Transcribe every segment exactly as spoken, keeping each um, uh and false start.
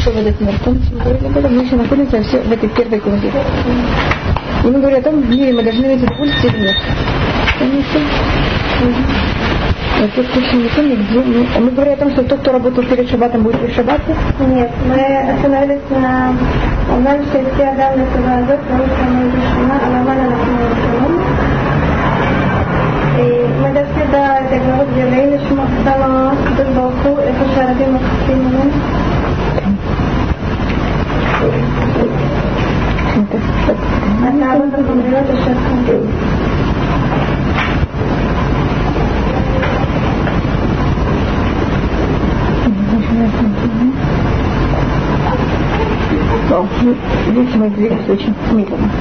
пришел в этот мир. Помните, мы говорили об этом? Мы еще находимся все в этой первой главе. И мы говорим о том, в мире мы должны иметь удовольствие или нет. Помните? Вот тут очень не помню, где мы... Мы говорим о том, что тот, кто работал перед шаббатом, будет в шаббате? Нет, мы остановились на... Узнали, что все данные Савадот, потому что мы решена, а нормально на и мы дошли до этой главы, где Лейна Шмахтала, Кудуш Балху, это Шарабим Махсимин. А об этом говорила Шарабим. Здесь мы двигаемся очень медленно.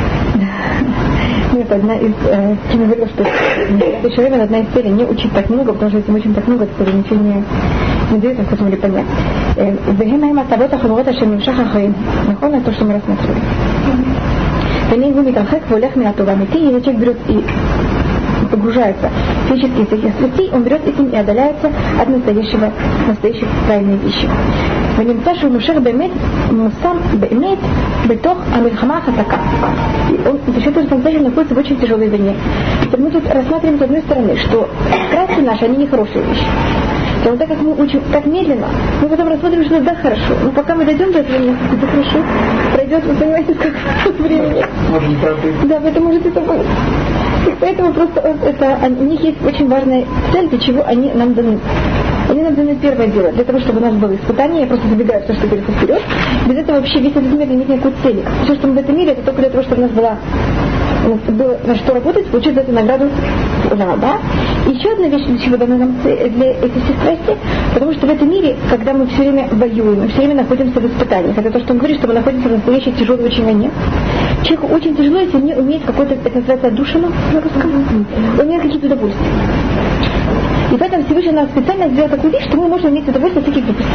Это одна из, э, чем я говорила, что в следующее время одна из целей не учить так много, потому что если мы учим так много, то ничего не, не дает, как мы понять. Вегемаем оставота хаворота шемимшаха хаим. Нахон то, что мы рассматривали. Веней гуми калхек волех миатова мити, если человек берет и погружается в физические всяких страстей, он берет этим и отдаляется от настоящего, настоящей правильной вещи. ונמצא שהוא מושך באמת, מושם באמת בתוך המלחמה החזקה. Он за счет этого по-настоящему находится в очень тяжелой войне. Мы тут рассматриваем с одной стороны, что страсти наши, они не хорошие вещи. Но так как мы учим так медленно, мы потом рассмотрим, что да, хорошо. Но пока мы дойдем до этого, это хорошо. Пройдет, вы понимаете, сколько времени. Может, не правда. Да, это может это будет. И поэтому просто это, у них есть очень важная цель, для чего они нам даны. Они нам даны первое дело, для того, чтобы у нас было испытание. Я просто забегаю все, что говорю вперед. Без этого вообще весь этот мир не имеет никакой цели. Все, что мы в этом мире, это только для того, чтобы у нас была, было на что работать, получить за эту награду ура, да? И еще одна вещь, для чего даны нам для этой всей страсти, потому что в этом мире, когда мы все время воюем, мы все время находимся в испытаниях, это то, что он говорит, что мы находимся в настоящей тяжелой очень войне. Человеку очень тяжело, если не умеет какой-то, это называется отдушину на русском, он имеет какие-то удовольствия. И поэтому Всевышний нам специально сделал такую вещь, что мы можем иметь удовольствие от таких глупостей.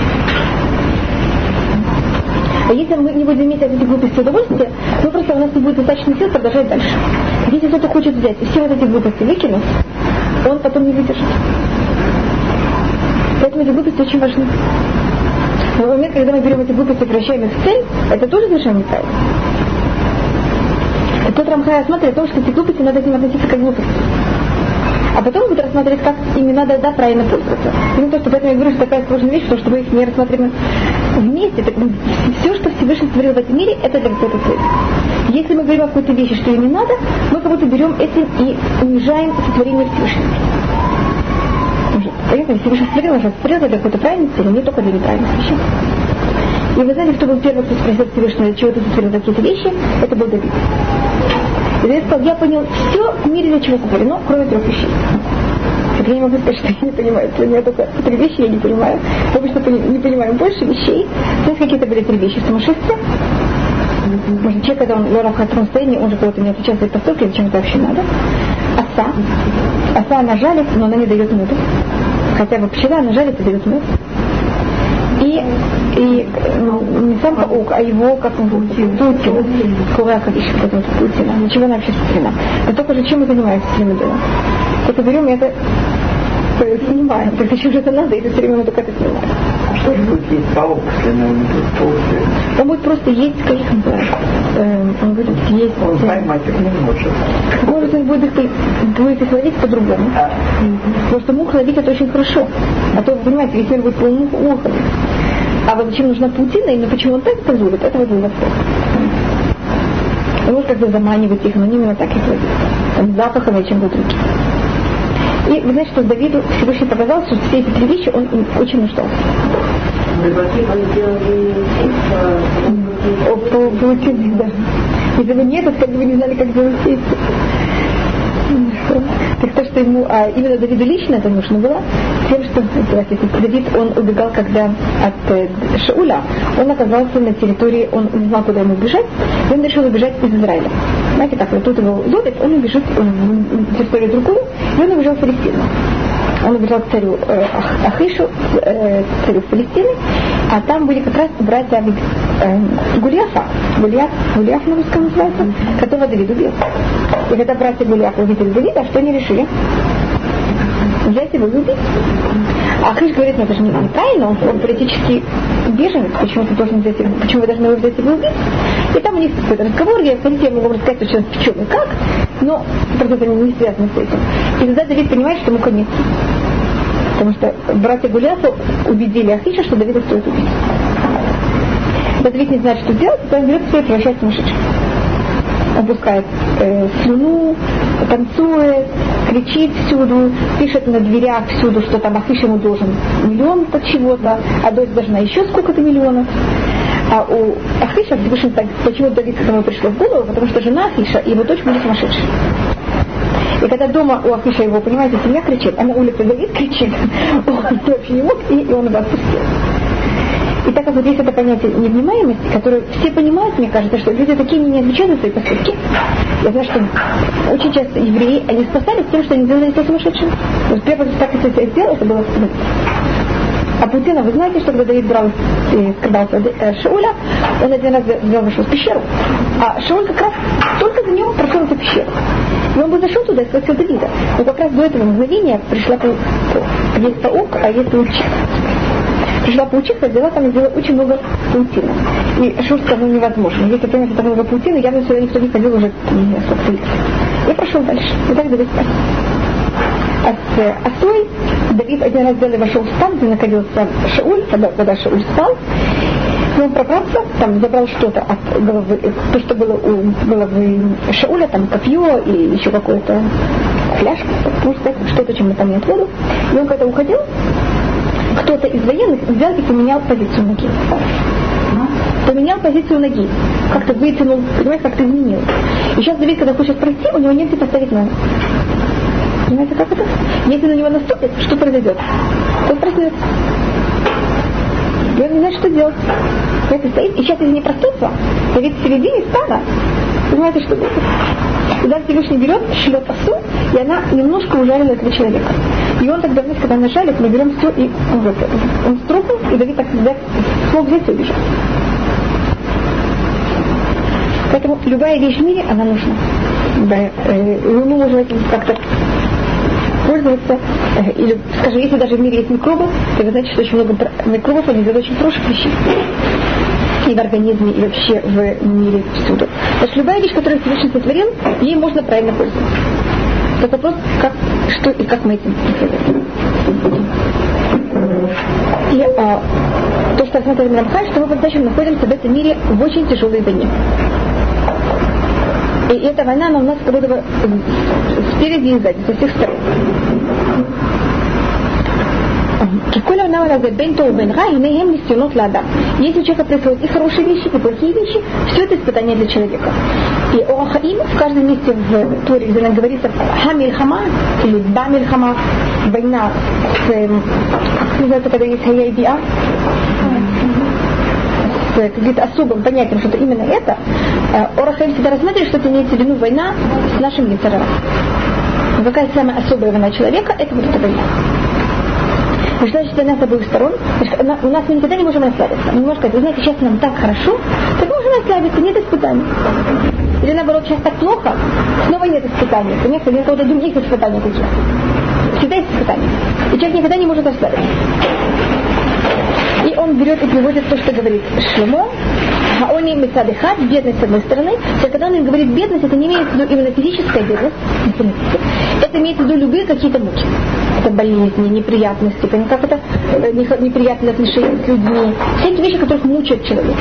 А если мы не будем иметь от этих глупостей удовольствия, ну просто у нас не будет достаточно сил продолжать дальше. Если кто-то хочет взять и все вот эти глупости выкинуть, он потом не выдержит. Поэтому эти глупости очень важны. Но в момент, когда мы берем эти глупости и превращаем их в цель, это тоже совершенно неправильно. Тот Рамхай рассматривает о том, что эти глупости надо к ним относиться как глупости. А потом будет рассматривать, как ими надо да, правильно пользоваться. Именно то, что поэтому я говорю, что такая сложная вещь, потому что мы их не рассматриваем вместе. Так, все, что Всевышний створил в этом мире, это для какой-то цели. Если мы говорим о какой-то вещи, что ей не надо, мы как будто берем этим и унижаем сотворение Всевышнего. Понятно? Всевышний створил, он створил для какой-то правильной цели, не только для неправильных вещей. И вы знаете, кто был первый, кто спросил Всевышнего, для чего ты сотворил какие-то вещи? Это был Давид. И я сказал, я понял все в мире, для чего сотворено, кроме трех вещей. Так я не могу сказать, что я не понимаю. У меня только три вещи я не понимаю. Мы обычно не понимаем больше вещей. Здесь какие-то были три вещи. Сумасшествие. Может, человек, когда он лежал в хатром состоянии, он же кого-то не отвечает за поступки, зачем это вообще надо. Оса. Оса она жалит, но она не дает меду. Хотя бы пчела, она жалит и дает мед. И, и не сам паук, а его, как он Путин, Путин, Курак, Путина, ничего она вообще сотворена. Но только же чем мы занимаемся все время делом? Только берем и это снимаем. Так зачем же это надо, если все время мы только это снимаем? А что же будет есть паук, если она не будет паук? Он будет просто есть, как их э, он будет есть. Он поймать их не может. Может, он будет их, будет их ловить по-другому. А. Потому что мух ловить это очень хорошо. А то, вы понимаете, весь мир будет по муху ловить. А вот зачем нужна паутина, и почему он так позволит, это вот был вопрос. Он может как бы заманивать их, но не именно так их ловить. Там запахом и чем-то другим. И вы знаете, что Давиду Всевышний показал, что все эти три вещи он очень нуждался. О, паутины, да. Если бы нет, как бы вы не знали, как делать сети. Так то, что ему, а именно Давиду лично это нужно было, тем, что Давид, он убегал, когда от э, Шауля, он оказался на территории, он не знал, куда ему бежать, и он решил убежать из Израиля. Знаете, так, вот тут его ловят, он убежит в территорию другую, и он убежал в Палестину. Он убежал к царю э, Ахишу, э, царю Палестины, а там были как раз братья э, Гулиафа, Гулиаф, Гулиаф на русском называется, которого Давид убил. И когда братья Гулиафа увидели Давида, что они решили? взять его и убить. А Ахиш говорит, ну это же неправильно, он, он политический беженец, почему ты должен взять его, почему вы должны его взять и убить? И там у них какой-то разговор, я, хотите, я могу рассказать, что в чем и как, но просто это не связано с этим. И тогда Давид понимает, что ему конец. Потому что братья Голиафа убедили Ахиша, что Давида стоит убить. Давид не знает, что делать, и он берет себя и превращается в сумасшедшего. Он пускает э, слюну, танцует, кричит всюду, пишет на дверях всюду, что там Ахиш ему должен миллион под чего-то, а дочь должна еще сколько-то миллионов. А у Ахиша, почему Давид к этому пришло в голову, потому что жена Ахиша и его дочь были сумасшедшие. И когда дома у Ахиша его, понимаете, семья кричит, а на улице Давид кричит, он вообще не мог, и, и он его отпустил. И так как вот есть это понятие невнимаемости, которое все понимают, мне кажется, что люди такие не отвечают за свои поступки. Я знаю, что очень часто евреи, они спасались тем, что они делали это сумасшедшим. Вот первый раз так это сделал, это было Давид. А Путина, вы знаете, что когда Давид брал и скрывался от Шауля, он один раз взял, вышел в пещеру, а Шауль как раз только за ним прошел эту пещеру. И он бы зашел туда и спросил Давида. Но как раз до этого мгновения пришла паучиха. Есть паук, а есть паучиха. Пришла паучиха, взяла там и сделала очень много паутины. И Шауль сказал, ну невозможно. Если принято так много паутины, явно сюда никто не ходил уже не знаю, сколько лет. И прошел дальше. И так Давид спас. А с осой Давид один раз взял и вошел в стан, где находился Шауль, когда, когда Шауль спал. И он пробрался, там забрал что-то от головы, то, что было у головы Шауля, там копье и еще какое-то фляжка, можно сказать, что-то, чем там нет воду. И он когда уходил, кто-то из военных взял и поменял позицию ноги. Поменял позицию ноги. Как-то вытянул, понимаете, как-то изменил. И сейчас Давид, когда хочет пройти, у него негде поставить ногу. Понимаете, как это? Если на него наступит, что произойдет? Он проснется. И он не знает, что делать. Это стоит. И сейчас, если не проснуться, Давид в середине стана. Понимаете, что будет? Тогда Всевышний берет, шлет осу, и она немножко ужалила этого человека. И он тогда, знаете, когда она жалит, мы берем все, и он, вот, он струхнул, и Давид так всегда смог взять и убежать. Поэтому любая вещь в мире, она нужна. Да, э, мы можем этим как-то пользоваться. Э, или, скажем, если даже в мире есть микробы, то вы знаете, что очень много микробов, они делают очень хороших вещей. И в организме, и вообще в мире всюду. Потому что любая вещь, которую Всевышний сотворил, ей можно правильно пользоваться. Только вопрос, как, что и как мы этим пользуемся. И а, то, что рассматриваем Рамхаль, что мы по-настоящему находимся в этом мире в очень тяжелой войне. И эта война, она у нас как будто бы спереди и сзади, со всех сторон. Если у человека происходят и хорошие вещи, и плохие вещи, все это испытание для человека. И Орахаим в каждом месте в Торе, где нам говорится Хамильхама или Бамильхама, война с, как называется, когда есть Хая и Биа, с каким-то особым понятием, что это именно это, Орахаим всегда рассматривает, что это имеется в виду война с нашим Ецер-Ара. Но какая самая особая война человека, это вот эта война. Мы считаем, что война с обоих сторон, у нас мы никогда не можем расслабиться. Мы не можем сказать, вы знаете, сейчас нам так хорошо, так мы можем расслабиться, нет испытаний. Или наоборот, сейчас так плохо, снова нет испытаний. Понимаете, или какого-то других испытаний таких. Всегда есть испытания. И человек никогда не может расслабиться. И он берет и приводит то, что говорит Шломо, а он имеет садыхат, бедность с одной стороны. То когда он говорит бедность, это не имеется в виду именно физическая бедность, это имеется в виду любые какие-то муки. Это болезни, неприятности, как это неприятные отношения с людьми, все эти вещи, которые мучают человека.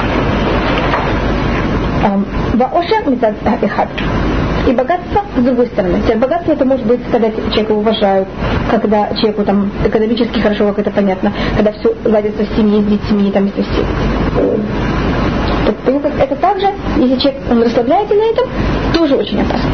Ваоша мецад эхад. И богатство с другой стороны. Теперь богатство это может быть, когда человека уважают, когда человеку там экономически хорошо, как это понятно, когда все ладится в семье, с детьми, там, со всем. Это также, если человек он расслабляется на этом, тоже очень опасно.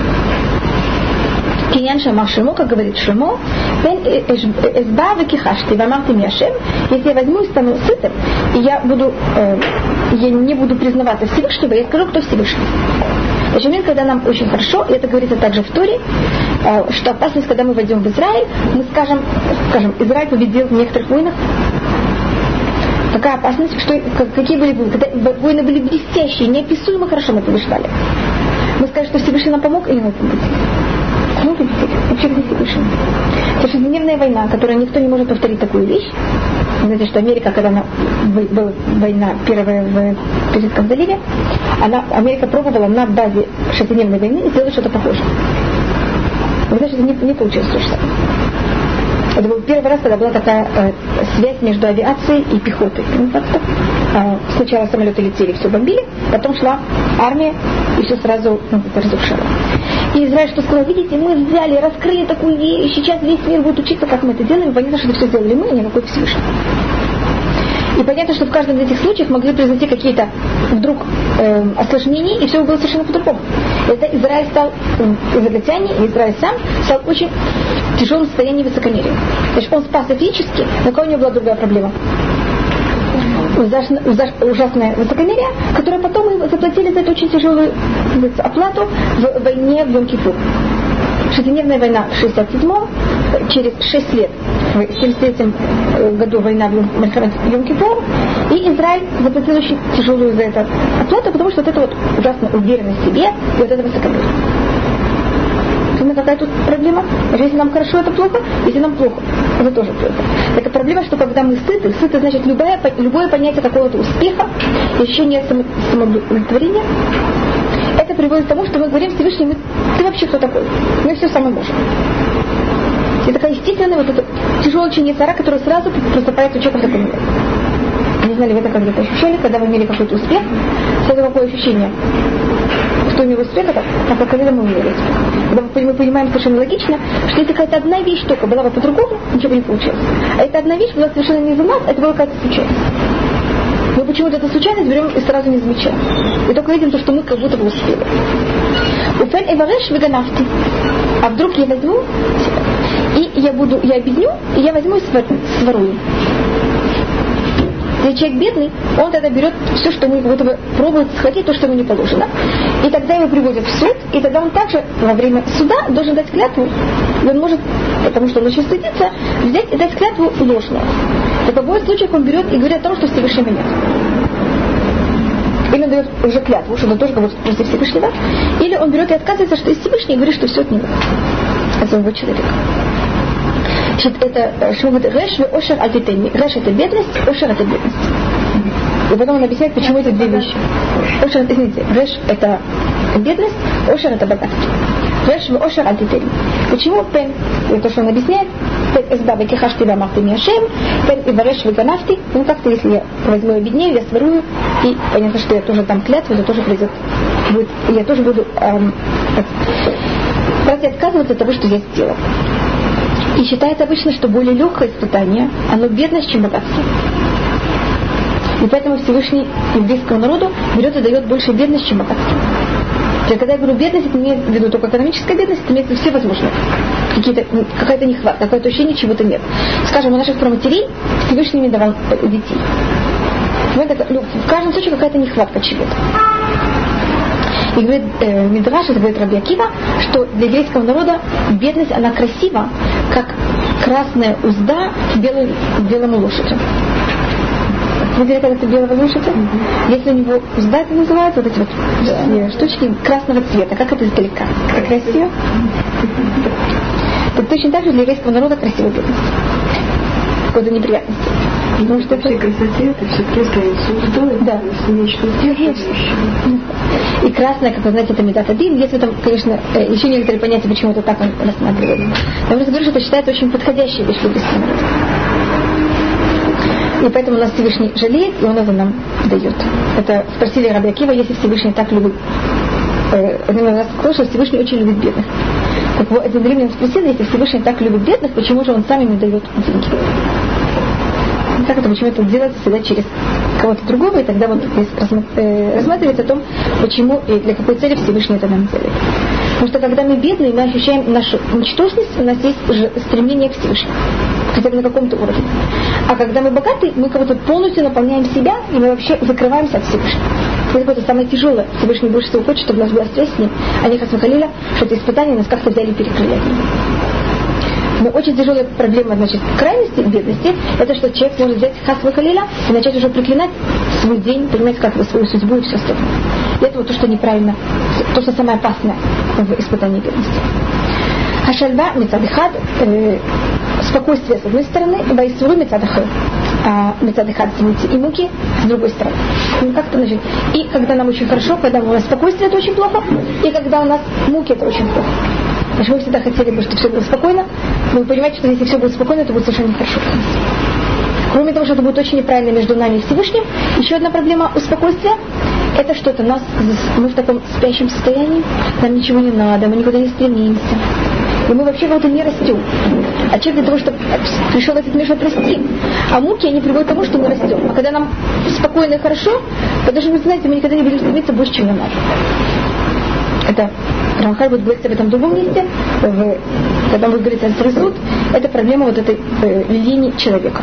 Киньян Шамах Шломо, как говорит Шломо, эсба векихашти, вамарти миашем, если я возьму и стану сытым, и я буду, э, я не буду признаваться Всевышнего, я скажу, кто Всевышний. Значит, момент, когда нам очень хорошо, и это говорится также в Торе, э, что опасность, когда мы войдем в Израиль, мы скажем, скажем, Израиль победил в некоторых войнах. Какая опасность, что, какие были войны, когда войны были блестящие, неописуемо хорошо мы побеждали. Мы скажем, что Всевышний нам помог, или мы победили. вообще не Всевышний. Это шестидневная война, которая никто не может повторить такую вещь. Знаете, что Америка, когда она, была война первая в Персидском заливе, она, Америка пробовала на базе шестидневной войны сделать что-то похожее. Вы знаете, это не, не получилось то же самое. Это был первый раз, когда была такая э, связь между авиацией и пехотой. Э, сначала самолеты летели, все бомбили, потом шла армия и все сразу ну, разрушало. И Израиль что сказал: видите, мы взяли, раскрыли такую вещь, сейчас весь мир будет учиться, как мы это делаем. Понятно, что это все сделали мы, а не какой-то Всевышний. И понятно, что в каждом из этих случаев могли произойти какие-то вдруг э, осложнения, и все было совершенно по-другому. Это Израиль стал, э, израильтяне, и Израиль сам стал очень в тяжелом состоянии высокомерия. То есть он спасся физически, но у него была другая проблема. Ужасное высокомерие, которое потом мы заплатили за это очень тяжелую оплату в войне в Йом-Кипур. Шестидневная война в шестьдесят седьмом, через шесть лет, в семьдесят третьем году война в Йом-Кипур, и Израиль заплатил очень тяжелую за это оплату, потому что вот это вот ужасная уверенность в себе и вот это высокомерие. Какая тут проблема? Если нам хорошо, это плохо, если нам плохо, это тоже плохо. Так проблема, что когда мы сыты, сыты значит любое, любое понятие какого-то успеха, ощущение самоудовлетворения, это приводит к тому, что мы говорим Всевышнему: ты вообще кто такой? Мы все сами можем. И такая естественная вот эта тяжелая чинецара, которая сразу проступает у человека в таком мире. Не знали, вы это когда-то ощущали, когда вы имели какой-то успех, сразу какое ощущение? Что у него успех, это как когда мы умерли. Когда мы понимаем совершенно логично, что если какая-то одна вещь только была бы по-другому, ничего бы не получилось. А эта одна вещь была совершенно не из-за нас, это была какая-то случайность. Мы почему-то эту случайность берем и сразу не замечаем. И только видим то, что мы как будто бы успели. Уфен эвареш веганафти. А вдруг я возьму, и я буду, я объединю, и я возьму и сворую. Если человек бедный, он тогда берет все, что ему как будто бы пробует схватить то, что ему не положено. И тогда его приводят в суд, и тогда он также во время суда должен дать клятву. И он может, потому что он очень стыдится, взять и дать клятву ложную. И в обоих случаях он берет и говорит о том, что Всевышнего нет. Или он дает уже клятву, что он тоже как будто против Всевышнего, или он берет и отказывается, что из Всевышнего, и говорит, что все от него, от своего человека. Значит, это что говорит Реш ве Ошер аль-Титейни. Реш это бедность, Ошер это бедность. И потом он объясняет, почему эти две вещи. Ошер, извините, Реш это бедность, Ошер это богатство. Реш ве Ошер аль-Титейни. Почему Пен, то, что он объясняет, Пен эсба кехаш тебя махты миашем, Пен и вареш ве ганафти. Ну как-то, если я возьму и обеднею, я сворую, и понятно, что я тоже там клятву, это тоже придет, будет, я тоже буду эм, брать и отказываться от того, что я сделал. И считается обычно, что более легкое испытание, оно бедность, чем богатство. И поэтому Всевышний еврейскому народу берет и дает больше бедность, чем богатство. И когда я говорю бедность, это не имеет в виду только экономическая бедность, это имеется все возможные. Какие-то, какая-то нехватка, какое-то ощущение, чего-то нет. Скажем, у наших проматерей Всевышний не давал детей. В каждом случае какая-то нехватка чего-то. И говорит э, Мидраш, это говорит Раби Акива, что для еврейского народа бедность, она красива, как красная узда к, белой, к белому лошади. Вы видели, как это белого лошади? Mm-hmm. Если у него узда, это называется, вот эти вот yeah. штучки красного цвета, как это издалека. Как красиво. Mm-hmm. Так точно так же для еврейского народа красивая бедность. Какой-то неприятности. Потому что все красоте, это все просто уздой, да. Нечто сдерживающее. И красное, как вы знаете, это метатадин. Есть в этом, конечно, еще некоторые понятия, почему это так он рассматривает. Я просто говорю, что это считается очень подходящей вещь для еврейского народа. И поэтому нас Всевышний жалеет, и он это нам дает. Это спросили Раби Акива, если Всевышний так любит. Один раз сказал, что Всевышний очень любит бедных. Так вот, один римлян спросил, если Всевышний так любит бедных, почему же он сам им не дает деньги? Так это почему это делается всегда через кого-то другого, и тогда вот рассматривается о том, почему и для какой цели Всевышний это нам делает. Потому что когда мы бедные, мы ощущаем нашу ничтожность, у нас есть стремление к Всевышнему, хотя бы на каком-то уровне. А когда мы богаты, мы как будто полностью наполняем себя, и мы вообще закрываемся от Всевышнего. Это будет самое тяжелое. Всевышний больше всего хочет, чтобы у нас была связь с ним, а не хасвахалиля, что это испытание нас как-то взяли и перекрыли от него. Но очень тяжелая проблема, значит, крайности бедности, это что человек может взять хасвахалиля и начать уже проклинать свой день, понимаете, как свою судьбу и все остальное. И это вот то, что неправильно, то, что самое опасное в испытании бедности. Хашальва мецадыхад, спокойствие с одной стороны, вайсуру мецадыхад, мецадыхад, извините, и муки с другой стороны. Ну, как-то, значит, и когда нам очень хорошо, когда у нас спокойствие, это очень плохо, и когда у нас муки, это очень плохо. Потому что мы всегда хотели бы, чтобы все было спокойно, но вы понимаете, что если все будет спокойно, это будет совершенно нехорошо. Кроме того, что это будет очень неправильно между нами и Всевышним, еще одна проблема у спокойствия – это что-то нас, мы в таком спящем состоянии, нам ничего не надо, мы никуда не стремимся. И мы вообще как-то не растем. А человек для того, чтобы пришел в этот мир, чтобы расти. А муки, они приводят к тому, что мы растем. А когда нам спокойно и хорошо, потому что, вы знаете, мы никогда не будем стремиться больше, чем нам надо. Это Рамхаль будет говорить об этом в другом месте, в, когда он будет говорить о Срисуд, это проблема вот этой э, линии человека.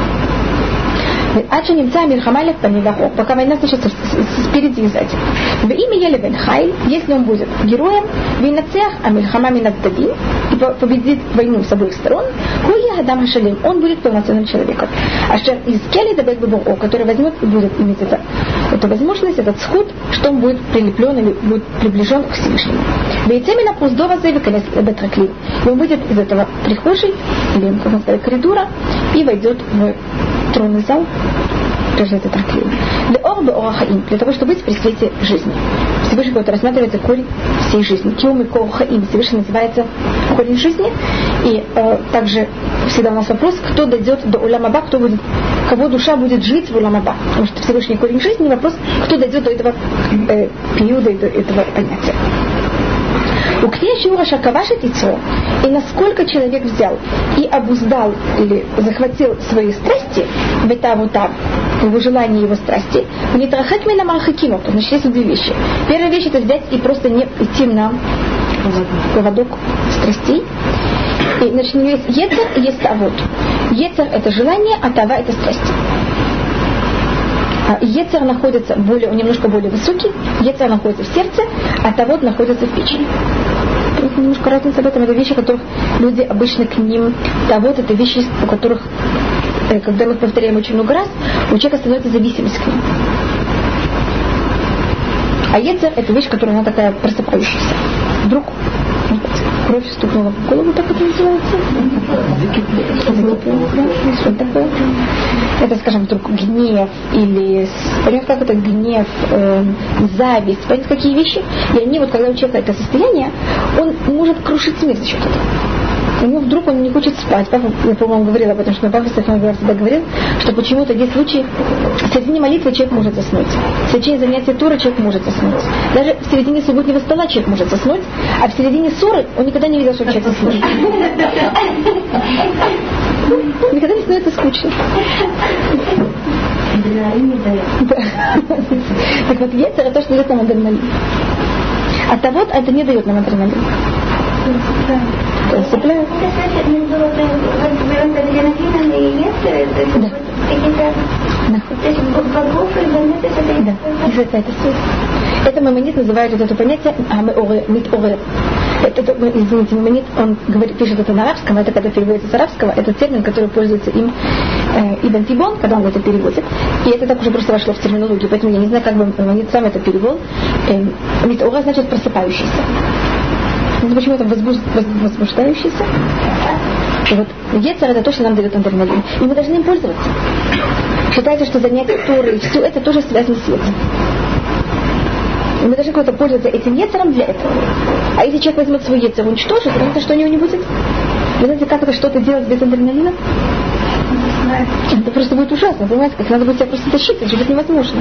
עד שנמצא המלחמה לפנים ואחור, пока война случится спереди и сзади. ואם יהיה לבן חיל, если он будет героем, וינצח המלחמה מן הצדדים, и победит войну с обоих сторон, הוא יהיה אדם השלם, он будет полноценным человеком. אשר יזכה לדבק בבוראו, который возьмет и будет иметь это, эту возможность, этот сход, что он будет прилеплен или будет приближен к Всевышнему. ויצא מן הפרוזדור הזה וכנס לבית רקלים, и он выйдет из этого прихожей, или, как он сказал, коридора, и войдет в тронный зал, тоже это трактил. Для орбы орахаим, для того, чтобы быть при свете жизни. Всевышний вот рассматривается корень всей жизни. Киум и корахаим, Всевышний называется корень жизни. И э, также всегда у нас вопрос, кто дойдет до улам-аба, кто будет, кого душа будет жить в улам-аба. Потому что Всевышний корень жизни, вопрос, кто дойдет до этого э, периода и до этого понятия. У князя Ураша Кавашит Ицро, и насколько человек взял и обуздал или захватил свои страсти, бета-вута, его желание, его страсти, не трахать меня мархакимов, значит, есть две вещи. Первая вещь — это взять и просто не идти на поводок страстей. И, значит, есть ецер и есть тавот. Ецер — это желание, а тава — это страсти. Ецер находится более, немножко более высокий, ецер находится в сердце, а тавот находится в печени. Это немножко разница об этом. Это вещи, которых люди обычно к ним... Тавот — это вещи, у которых, когда мы их повторяем очень много раз, у человека становится зависимость к ним. А ецер — это вещь, которая она такая просыпающаяся. Вдруг кровь стукнула в голову, так это называется? Что такое? Это, скажем, вдруг гнев или, понимаете, как это гнев, э, зависть, понимаете, какие вещи? И они, вот когда у человека это состояние, он может крушить мир за счет этого. У него вдруг он не хочет спать. Папа, я, по-моему, говорила об этом, что папа Стефан всегда говорил, что почему-то есть случаи, в середине молитвы человек может заснуть. В середине занятия Торы человек может заснуть. Даже в середине субботнего стола человек может заснуть, а в середине ссоры он никогда не видел, что человек заснул. Никогда не становится скучно. Так вот, ецер — это то, что дает нам адреналин. А тавот — это не дает нам адреналин. Цепляют. Это Маймонид называет вот это понятие мит-орер. Это, извините, Маймонид, он говорит, пишет это на арабском, это когда переводится с арабского, это термин, который пользуется им э, Ибн Тибон, когда он это переводит. И это так уже просто вошло в терминологию, поэтому я не знаю, как бы Маймонид сам это перевел. Э, мит-орер значит просыпающийся. Ну, почему это возбуж... возбуждающийся? И вот ецер — это то, что нам дает адреналин. И мы должны им пользоваться. Считайте, что занятие Торы и все это тоже связано с ецером. И мы должны как-то пользоваться этим ецером для этого. А если человек возьмет свой ецер, уничтожит, то что у него не будет? Вы знаете, как это что-то делать без адреналина? Это просто будет ужасно, понимаете? Как надо будет себя просто тащить, это же невозможно.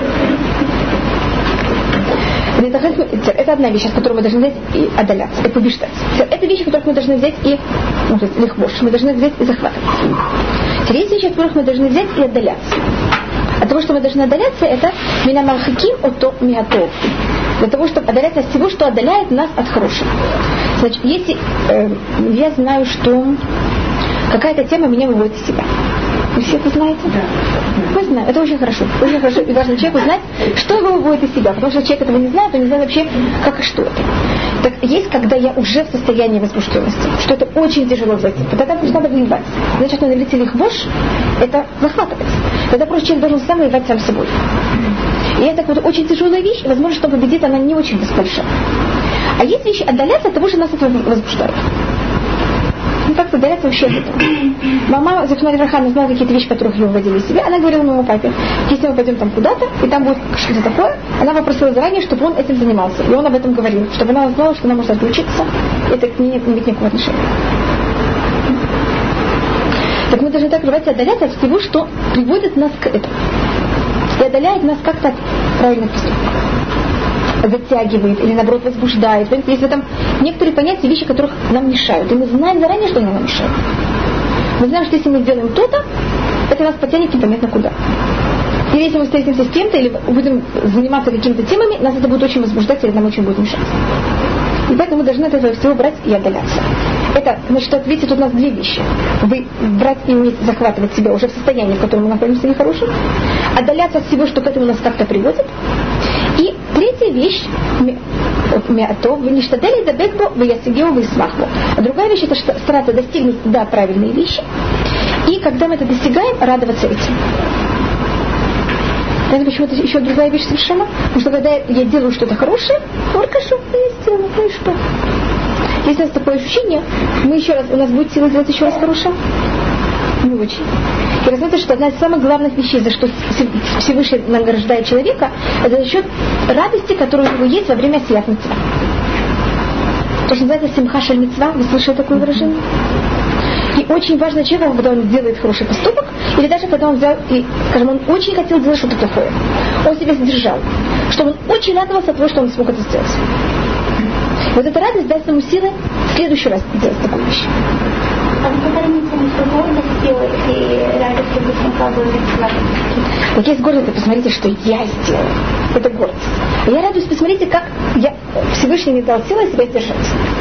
Это одна вещь, от которой мы должны взять и отдаляться, и побеждать. Это вещи, которых мы должны взять и, может быть, лихвош, мы должны взять и захватывать. Третья вещь, от которых мы должны взять и отдаляться. От того, что мы должны отдаляться, это мина мархаким ото миатов. Для того, чтобы отдаляться от всего, что отдаляет нас от хорошего. Значит, если э, я знаю, что какая-то тема меня выводит из себя. Вы все это знаете? Да. Мы знаем. Это очень хорошо. Очень хорошо и важно человеку знать, что его выводит из себя. Потому что человек этого не знает, он не знает вообще, как и что это. Так есть, когда я уже в состоянии возбужденности, что это очень тяжело взять. Тогда надо воевать. Значит, на любителей хвош это захватывается. Тогда просто человек должен сам воевать сам с собой. И это вот очень тяжелая вещь, и возможно, что победит она не очень большая. А есть вещи отдаляться от того, что нас это возбуждает. как-то отдаляться вообще от этого. Мама, Зихна Левраха, знала какие-то вещи, которых ее выводили из себя. Она говорила моему папе, если мы пойдем там куда-то, и там будет что-то такое, она попросила заранее, чтобы он этим занимался. И он об этом говорил, чтобы она знала, что она может отключиться, это к ней не имеет никакого отношения. Так мы должны так отдаляться от всего, что приводит нас к этому. И отдаляет нас как-то от правильных поступков. Затягивает или наоборот возбуждает. Понимаете, если там некоторые понятия, вещи, которых нам мешают. И мы знаем заранее, что они нам мешают. Мы знаем, что если мы сделаем то-то, это нас потянет непонятно куда. Или если мы встретимся с кем-то, или будем заниматься какими-то темами, нас это будет очень возбуждать, или нам очень будет мешать. И поэтому мы должны от этого всего брать и отдаляться. Это, значит, видите, тут у нас две вещи. Вы брать и уметь захватывать себя уже в состоянии, в котором мы находимся нехорошим. Отдаляться от всего, что к этому нас как-то приводит. И третья вещь, а другая вещь, это стараться достигнуть, да, правильные вещи. И когда мы это достигаем, радоваться этим. Это почему-то еще другая вещь совершенно. Потому что когда я делаю что-то хорошее, хорошо, я сделала, ну и что? Если у нас такое ощущение, мы еще раз, у нас будет сила сделать еще раз хорошее? Не очень. И рассмотрите, что одна из самых главных вещей, за что Всевышний награждает человека, это за счет радости, которая у него есть во время сият мицва. То, что называется симха шаль мицва. Вы слышали такое выражение? И очень важно человеку, когда он делает хороший поступок, или даже когда он взял, и, скажем, он очень хотел сделать что-то плохое. Он себя сдержал. Чтобы он очень радовался от того, что он смог это сделать. Вот эта радость даст ему силы в следующий раз делать такую вещь. А вы поверните между гордостью и радостью быть накладыванием сладостью? Так есть гордость, посмотрите, что я сделала. Это гордость. А я радуюсь, посмотрите, как я Всевышний мне дал силы себя сдержать.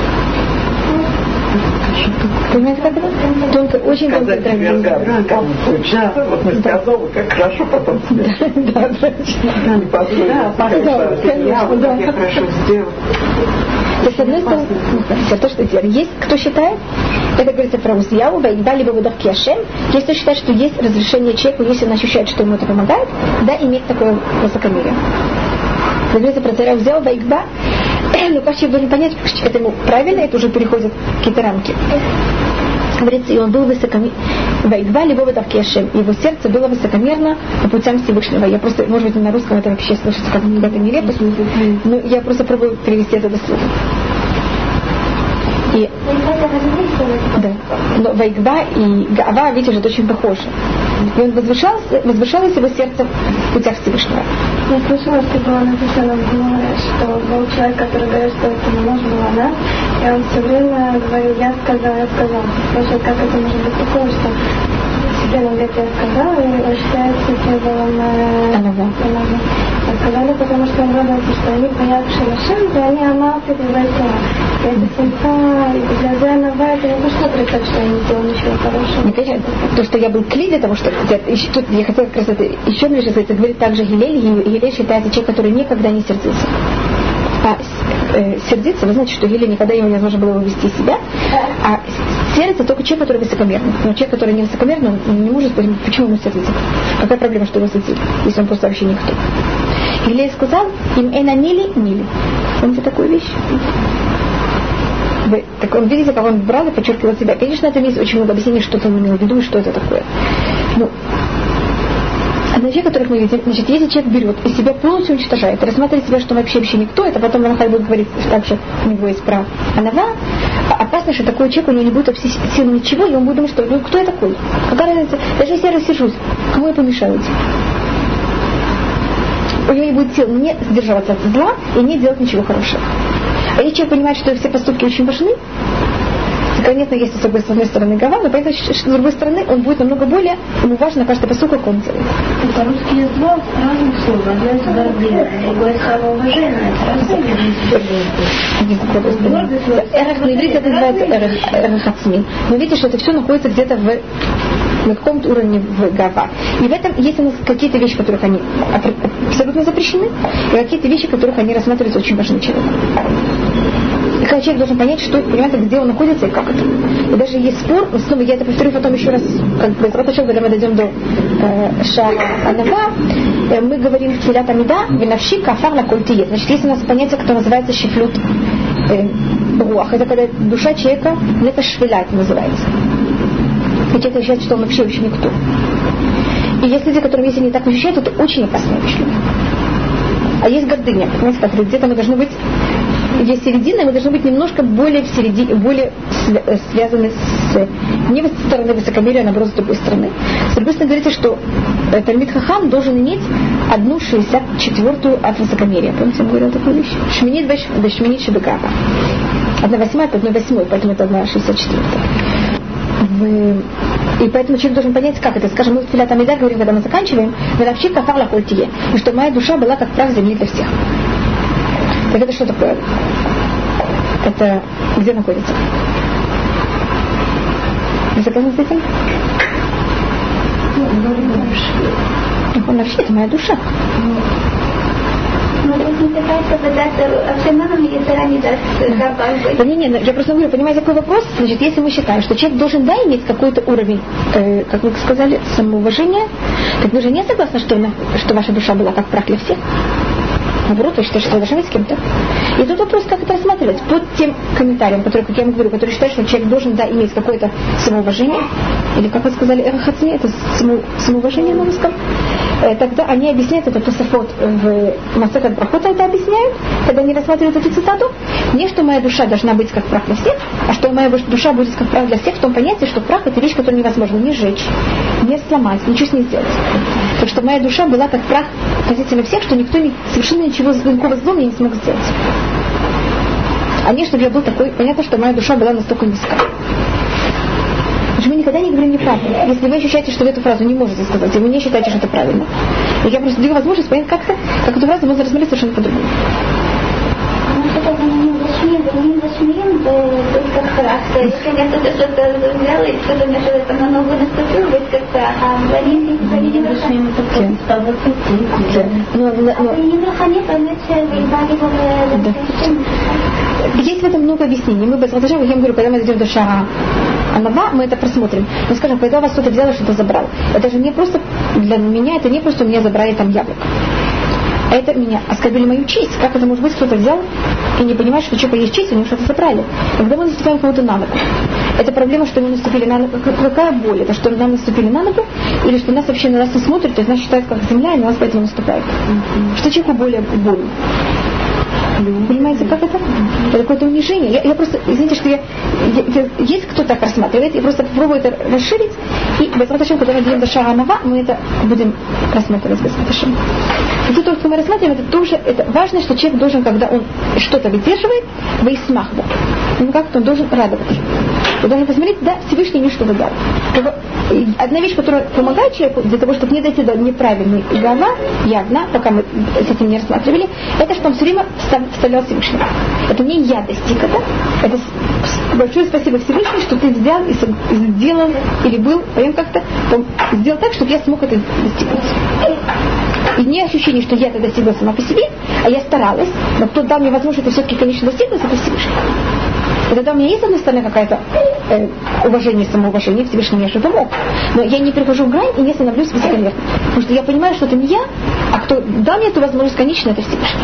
Понимаете, как это? Тонко, очень тонко. Вот мы сказали, как хорошо потом себя. Да, да. Не подумай. Да, конечно, да. Я хорошо сделал. То есть, с одной стороны, то, что делали. Есть, кто считает, это говорится про Узьяву, Ваигба, либо Выдавки Ашем. Есть кто считает, что есть разрешение человеку, если он ощущает, что ему это помогает, да, иметь такое высокомерие. Говорится про царя Узьяву, Ваигба. Но как человек должен понять, это ему правильно, это уже переходит в какие-то рамки. Говорится, и он был высокомерен. Ваигба, либо Выдавки Ашем. Его сердце было высокомерно по путям Всевышнего. Я просто, может быть, на русском это вообще слышится как какая-то нелепость, но я просто пробую перевести это дословно. И, да. Но Ваигба и Гаава, видите, это очень похоже. И он возвышался, возвышалось его сердце в путях Всевышнего. Я слышала, что было написано в Геморе, что был человек, который говорит, что это не может было, да? И он все время говорил, я сказал, я сказал. Спрашивает, как это может быть такое, что себе он говорит, я сказал, и считается символом Анава. Сказали, потому что он радуется, что они появшие на Шем, и они амалты превратили. И это симфа, и для Анава, это не то, что отрицать, что я не сделал ничего хорошего. Не, конечно, то, что я был кли для того, что еще, тут я хотела как раз это еще ближе сказать, говорит также Гилель. Гилель считается человек, который никогда не сердится. А э, сердиться, вы знаете, что Гилель никогда ему невозможно было вывести из себя, а сердце только человек, который высокомерный. Но человек, который не высокомерный, он не может понять, почему ему сердиться. Какая проблема, что его сердце, если он просто вообще никто. Гилель сказал, им эна нили, нили. Помните такую вещь? Вы, так он, видите, как он брал и подчеркивал себя. Конечно, это есть очень много объяснений, что он имел в виду и что это такое. Ну, одна вещь, которых мы видим, значит, если человек берет и себя полностью уничтожает, рассматривает себя, что он вообще вообще никто, это потом Рамхаль будет говорить, также у него есть право. Анава, опасно, что такой человек, у него не будет вообще сил ничего, и он будет думать, что ну, кто я такой? Какая разница? Даже если я рассержусь, кому я помешаю этим? У него не будет сил не сдерживаться от зла и не делать ничего хорошего. А если человек понимает, что все поступки очень важны, то, конечно, есть с одной стороны Гава, но понятно, что с другой стороны он будет намного более, ему важно каждый поступок, как он делает. Это русский есть два разных слова. Одно это гордыня, другое самоуважение. Это Эрах на иврите это называется эрах ацми. Но видите, что это все находится где-то в на каком-то уровне в Гава. И в этом есть у нас какие-то вещи, которых они абсолютно запрещены, и какие-то вещи, которых они рассматривают очень важным человеком. И когда человек должен понять, что, понимаете, где он находится и как это. И даже есть спор, снова я это повторю потом еще раз, как бы, когда мы дойдем до э, Ша Анава, э, мы говорим в Тфилат Амида, винавши кафар ла коль тие. Значит, есть у нас понятие, которое называется шифлют, э, руах. Это когда душа человека это швелят называется. И человек ощущает, что он вообще вообще никто. И есть люди, которым если они так ощущают, это очень опасное мышление. А есть гордыня, понимаете, как где-то мы должны быть, есть середина, мы должны быть немножко более в середине, более связаны с, не с стороны высокомерия, а наоборот с другой стороны. С другой стороны, говорится, что Талмид Хахам должен иметь одну шестьдесят четвёртую от высокомерия. Помните, я говорила такую вещь? Шминит до шминит шебекаха. Одна восьмая от одной восьмой, поэтому это одна шестьдесят четвёртая. И поэтому человек должен понять, как это. Скажем, мы в Тфилат Амида говорим, когда мы заканчиваем, «Венавши кафар лахоль тие», и что моя душа была как прах земли для всех. Так это что такое? Это где находится? Вы согласны с этим? Он навши, это моя душа. Ну, это не такая-то вода, вообще мама мне яцера не даст запах. Да не, не, я просто говорю, понимаете, какой вопрос? Значит, если мы считаем, что человек должен, да, иметь какой-то уровень, э, как вы сказали, самоуважения, так вы же не согласны, что, что ваша душа была как прах для всех? Наоборот, вы считаете, что вы должны быть с кем-то. И тут вопрос, как это рассматривать. Под тем комментарием, который, как я вам говорю, который считает, что человек должен, да, иметь какое-то самоуважение, или, как вы сказали, эрахацми, это само, самоуважение на русском, э, тогда они объясняют это Тосафот в Масехет Брахот, это объясняют, когда они рассматривают эту цитату, не что моя душа должна быть как прах для всех, а что моя душа будет как прах для всех в том понятии, что прах это вещь, которую невозможно не сжечь, не сломать, ничего с ней сделать. Так что моя душа была как прах относительно всех, что никто не, совершенно ничего никакого зла мне не смог сделать. А не, чтобы я был такой, понятно, что моя душа была настолько низка. Потому что мы никогда не говорим неправду. Если вы ощущаете, что вы эту фразу не можете сказать, и вы не считаете, что это правильно, и я просто даю возможность понять как-то, как эту фразу можно рассмотреть совершенно по-другому. не зашмеем, как характер. Если я кто-то что-то взяла, и кто-то мне что-то на ногу наступил, быть как-то, а варенье не зашмеем, это просто не браханет, а иначе есть в этом много объяснений. Мы без разрешения, я говорю, когда мы идем до шара Анава, мы это просмотрим. Но скажем, когда у вас кто-то взял и что-то забрал, это же не просто для меня, это не просто у меня забрали там яблоко. А это меня оскорбили мою честь. Как это может быть, кто-то взял и не понимает, что у человека есть честь, у него что-то забрали. Когда мы наступаем кому-то на ногу, это проблема, что мы наступили на ногу. Какая боль? Это что нам наступили на ногу? Или что нас вообще на нас не смотрят, то есть нас считают как земля, и на нас поэтому наступают? Mm-hmm. Что человеку более больно? Понимаете, как это? Это какое-то унижение. Я, я просто, извините, что я, я, я есть кто так рассматривает, я просто попробую это расширить, и без Раташем, когда мы дойдем до Шара Анава, мы это будем рассматривать без Раташем. И тут то, что мы рассматриваем, это тоже, это важно, что человек должен, когда он что-то выдерживает, вейсмахбо. Ну как-то он должен радоваться. Он должен посмотреть, да, Всевышний мне что-то дал. Одна вещь, которая помогает человеку для того, чтобы не дойти до неправильной гана, явно, пока мы с этим не рассматривали, это что он все время вставлял Всевышнего. Это не я достиг это. Это большое спасибо Всевышнему, что ты взял и сделал, или был, поем как-то, сделал так, чтобы я смог это достигнуть. И не ощущение, что я это достигла сама по себе, а я старалась, но кто дал мне возможность это все-таки, конечно, достигнуть, это Всевышний. И тогда у меня есть, с одной стороны, какое-то э, уважение, самоуважение, Всевышний мне что помог. Но я не прихожу в грань и не становлюсь высокомерной. Потому что я понимаю, что это не я, а кто дал мне эту возможность, конечно, это Всевышний.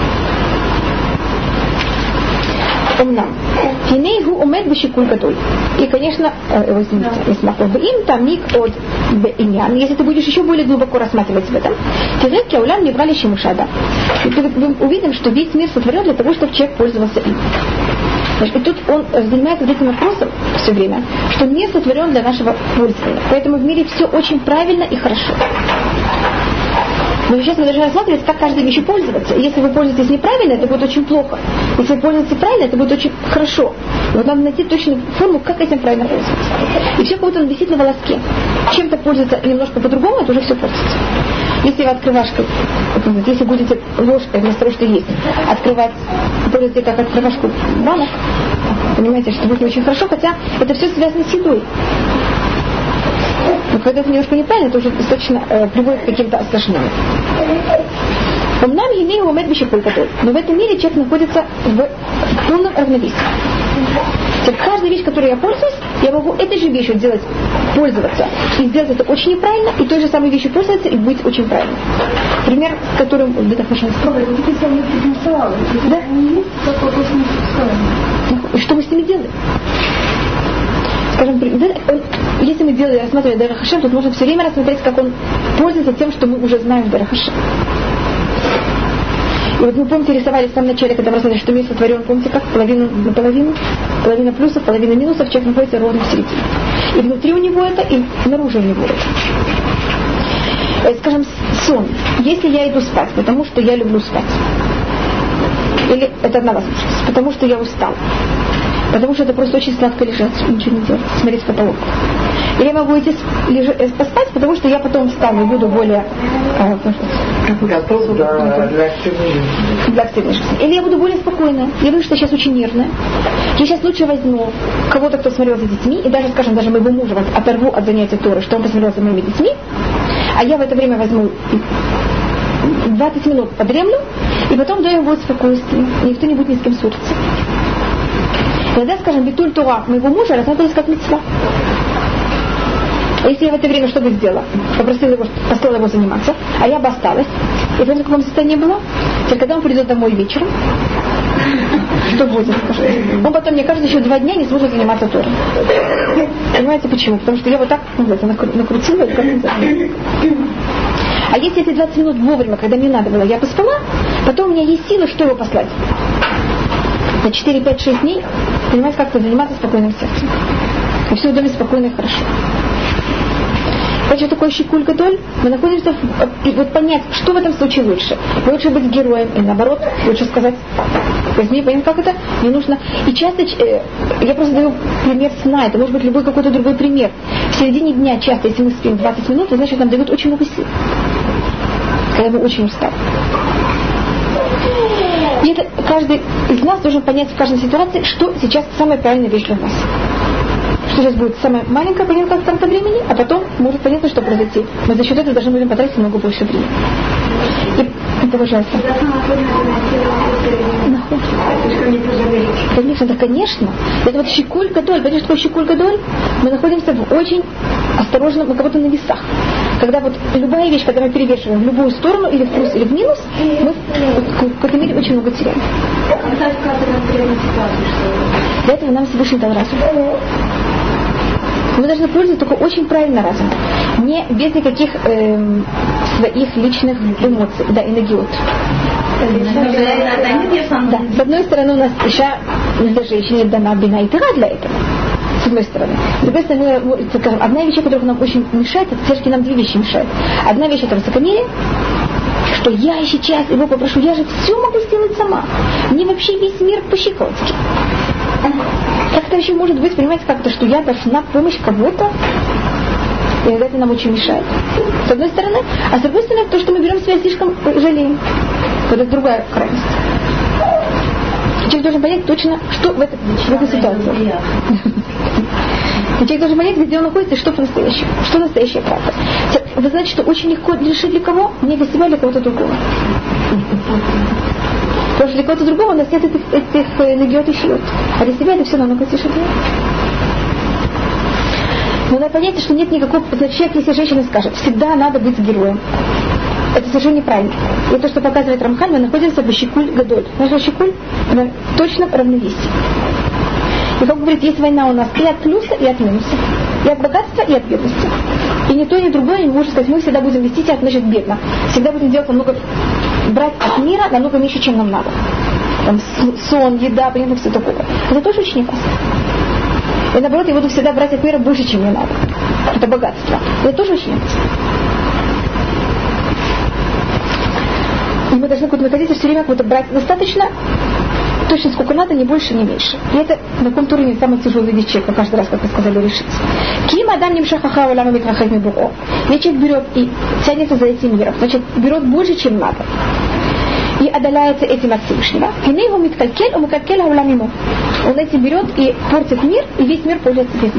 Умнам. Хинейгу умед бешикуль гадоль. И, конечно, э, извините, им тамик от беинян. Если ты будешь еще более глубоко рассматривать в этом, тирек кяулям не брали шимушада. Мы увидим, что весь мир сотворен для того, чтобы человек пользовался им. И тут он занимается этим вопросом все время, что он не сотворен для нашего пользования. Поэтому в мире все очень правильно и хорошо. Но сейчас мы должны рассматривать, как каждой вещью пользоваться. И если вы пользуетесь неправильно, это будет очень плохо. Если вы пользуетесь правильно, это будет очень хорошо. И вот надо найти точную форму, как этим правильно пользоваться. И все как будто он висит на волоске. Чем-то пользоваться немножко по-другому, это уже все портится. Если вы открывашкой, если будете ложкой вместо того, что есть, открывать, пользуете как открывашку банок, понимаете, что будет не очень хорошо, хотя это все связано с едой. Но когда это немножко неправильно, это уже достаточно э, приводит к каким-то осложнениям. Умнам емей умеет бешикуль гадоль. Но в этом мире человек находится в полном равновесии. Теперь каждая вещь, которой я пользуюсь, я могу этой же вещью делать, пользоваться и сделать это очень неправильно, и той же самой вещью пользоваться и быть очень правильно. Пример, с которым... Да, так, хорошо. Да? И что мы с ними делаем? Скажем, если мы делали, рассматривали Дерech Хашем, тут можно все время рассмотреть, как он пользуется тем, что мы уже знаем в Дерech Хашем. И вот мы, помните, рисовали в самом начале, когда мы рассмотрели, что мир сотворен, помните, как половину на половину, половина плюсов, половина минусов, человек находится ровно в середине. И внутри у него это, и снаружи у него это. Скажем, сон. Если я иду спать, потому что я люблю спать, или это одна возможность, потому что я устал, потому что это просто очень сладко лежать, ничего не делать, смотреть в потолок. Или я могу идти лежать, поспать, потому что я потом встану и буду более э, готов для, для активной жизни. Для активной жизни. Или я буду более спокойная. Я вижу, что я сейчас очень нервная. Я сейчас лучше возьму кого-то, кто смотрел за детьми, и даже, скажем, даже моего мужа оторву от занятия Торы, что он посмотрел за моими детьми, а я в это время возьму двадцать минут подремлю, и потом дома будет спокойствие, никто не будет ни с кем ссориться. Тогда, скажем, битуль Тора моего мужа рассматривается как мицва. А если я в это время что бы сделала? Попросила его, послала его заниматься, а я бы осталась. И помните, в каком состоянии была? Теперь, когда он придет домой вечером, что будет, скажите? Он потом, мне кажется, еще два дня не сможет заниматься Торой. Понимаете почему? Потому что я вот так, ну, накрутила, и как не знаю. А если эти двадцать минут вовремя, когда мне надо было, я поспала, потом у меня есть силы, что его послать? За четыре, пять, шесть дней, понимаете, как-то заниматься спокойным сердцем. И все в доме спокойно и хорошо. Значит, такой шикуль гадоль, мы находимся в, и вот понять, что в этом случае лучше. Лучше быть героем, или наоборот, лучше сказать, возьми, понять, как это, не нужно. И часто, э, я просто даю пример сна, это может быть любой какой-то другой пример. В середине дня часто, если мы спим двадцать минут, то значит, нам дают очень много сил, когда мы очень устали. И это каждый из нас должен понять в каждой ситуации, что сейчас самая правильная вещь для нас. Что сейчас будет самая маленькая понятная станция времени, а потом может понятно, что произойти. Мы за счет этого должны будем потратить много больше времени. И это пожалуйста. Конечно, да, конечно. Это вот щекуль гадоль. Понимаете, что такое щекуль гадоль? Мы находимся в очень осторожном, мы как будто на весах. Когда вот любая вещь, когда мы перевешиваем в любую сторону, или в плюс, или в минус, мы в какой-то мере очень много теряем. Для этого нам Всевышний дал разум. Мы должны пользоваться только очень правильно разумом, не без никаких эм, своих личных эмоций, да, энергиот. Да, с одной стороны у нас иша для женщины дана бина и тыра для этого. С одной стороны. С другой стороны, мы, скажем, одна вещь, которая нам очень мешает, это все-таки нам две вещи мешают. Одна вещь это высокомерие, что я сейчас его попрошу, я же все могу сделать сама. Мне вообще весь мир по щекотке. Как это вообще может быть, понимаете, как-то, что я должна помощь кого-то, и это нам очень мешает. С одной стороны, а с другой стороны, то, что мы берем себя слишком жалеем. Вот это другая крайность. Человек должен понять точно, что в, этой, в этой ситуации. И человек должен понять, где он находится и что по-настоящему. Что настоящая правда. Вы знаете, что очень легко решить для кого? Не для себя, для кого-то другого. Потому что для кого-то другого у нас нет этих, этих энергиот и сил. А для себя это все намного тяжелее. Но надо понять, что нет никакого... Значит, человек, если женщина скажет, всегда надо быть героем. Это совершенно неправильно. И то, что показывает Рамхаль, мы находимся в щекуль гадоль. Наша щекуль, она точно равновесие. И как говорит, есть война у нас и от плюса, и от минуса. И от богатства, и от бедности. И ни то, ни другое не может сказать, мы всегда будем вести себя, значит, бедно. Всегда будем делать намного... брать от мира намного меньше, чем нам надо. Там сон, еда, понятно, все такое. Это тоже очень опасно. И наоборот, я буду всегда брать от мира больше, чем мне надо. Это богатство. Это тоже очень опасно. И мы должны куда-то находиться все время как-то брать достаточно, точно сколько надо, не больше, не меньше. И это на каком-то уровне самый тяжелый вид человека, каждый раз, как вы сказали, решится. Ким адам ним шахаха улама митрахев мибуро. Если человек берет и тянется за этим миром, значит, берет больше, чем надо. И отдаляется этим от Всевышнего. Он этим берет и портит мир, и весь мир пользуется этим.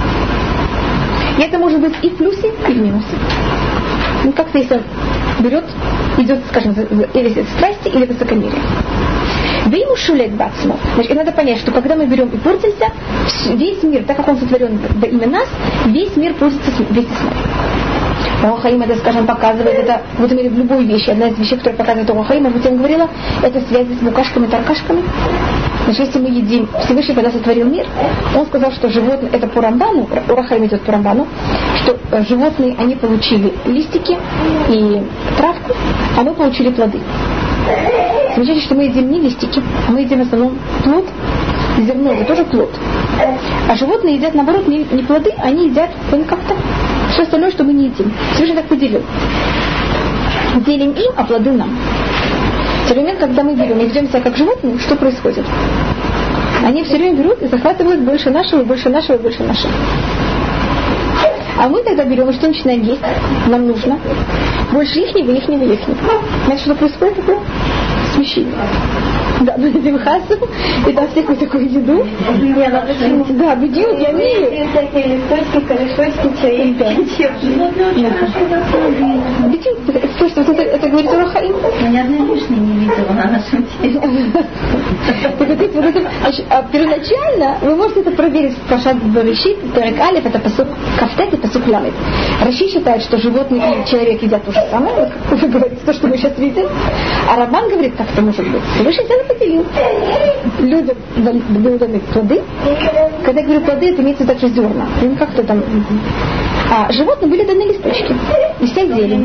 И это может быть и в плюсе, и в минусе. Ну, как-то если он берет, идет, скажем, или из страсти, или высокомерие. Вейму шулек бацмо. Значит, надо понять, что когда мы берем и портимся, весь мир, так как он сотворен во имя нас, весь мир портится вместе с нами. Орахаим это, скажем, показывает, это в этом мире в любой вещи, одна из вещей, которая показывает Орахаим, я вам говорила, это связи с букашками и таркашками. Значит, если мы едим, Всевышний, когда сотворил мир, он сказал, что животные, это по Рамбану, Орахаим идет по Рамбану, что животные, они получили листики и травку, а мы получили плоды. Замечайте, что мы едим не листики, а мы едим в основном плод, зерно, это тоже плод. А животные едят, наоборот, не, не плоды, они едят ну, как-то все остальное, что мы не едим. Всевышний так поделил. Делим им, а плоды нам. В тот момент, когда мы берем и ведем себя как животные, что происходит? Они все время берут и захватывают больше нашего, больше нашего, больше нашего. А мы тогда берем и что начинаем есть? Нам нужно больше ихнего, ихнего, ихнего. Знаете, что происходит такое? Смещение. Да, мы едим хасу, и там всякую такую еду. Да, бедю, я не... Всякие листочки, корешочки, чаи. Бедю, слушайте, вот это, это говорит Орахаим. Я ни одной лишней не видела на нашем теле. А первоначально вы можете это проверить в Пашат Берешит, Перек Алеф, это пасук Кафтет и пасук Ламет. Раши считает, что животные и человек едят то же самое, как вы говорите, то, что мы сейчас видим. А Рамбан говорит, как это может быть. Всевышний взял и поделил. Людям были даны плоды. Когда я говорю плоды, это имеется также зерна. Ну, как-то там... А животным были даны листочки. И вся зелень.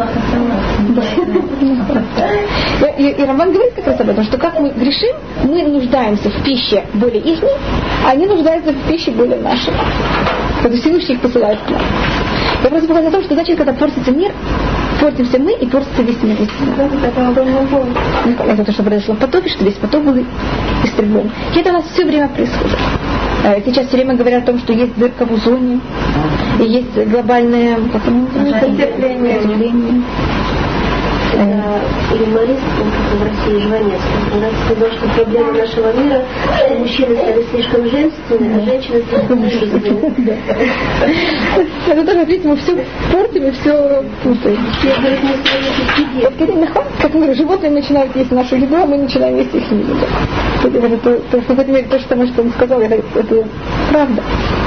И, и, и Рамбан говорит как раз об этом, что как мы грешим, мы нуждаемся в пище более ихней, а они нуждаются в пище более нашей. Когда Всевышний их посылает к нам. Я просто показываю о том, что значит, когда портится мир, портимся мы и портится весь мир. Это то, что произошло в потопе, что весь потоп был истреблен. И это у нас все время происходит. Сейчас все время говорят о том, что есть дырка в озоне, и есть глобальное потепление. Или Марис, как в России, Жванец, он сказал, что проблема нашего мира, что мужчины стали слишком женственны, а женщины слишком мужественны. Это тоже, видите, мы все портим и все путаем. Как мы говорим, животные начинают есть нашу еду, а мы начинаем есть их еду. В этом мере то, что он сказал, это правда.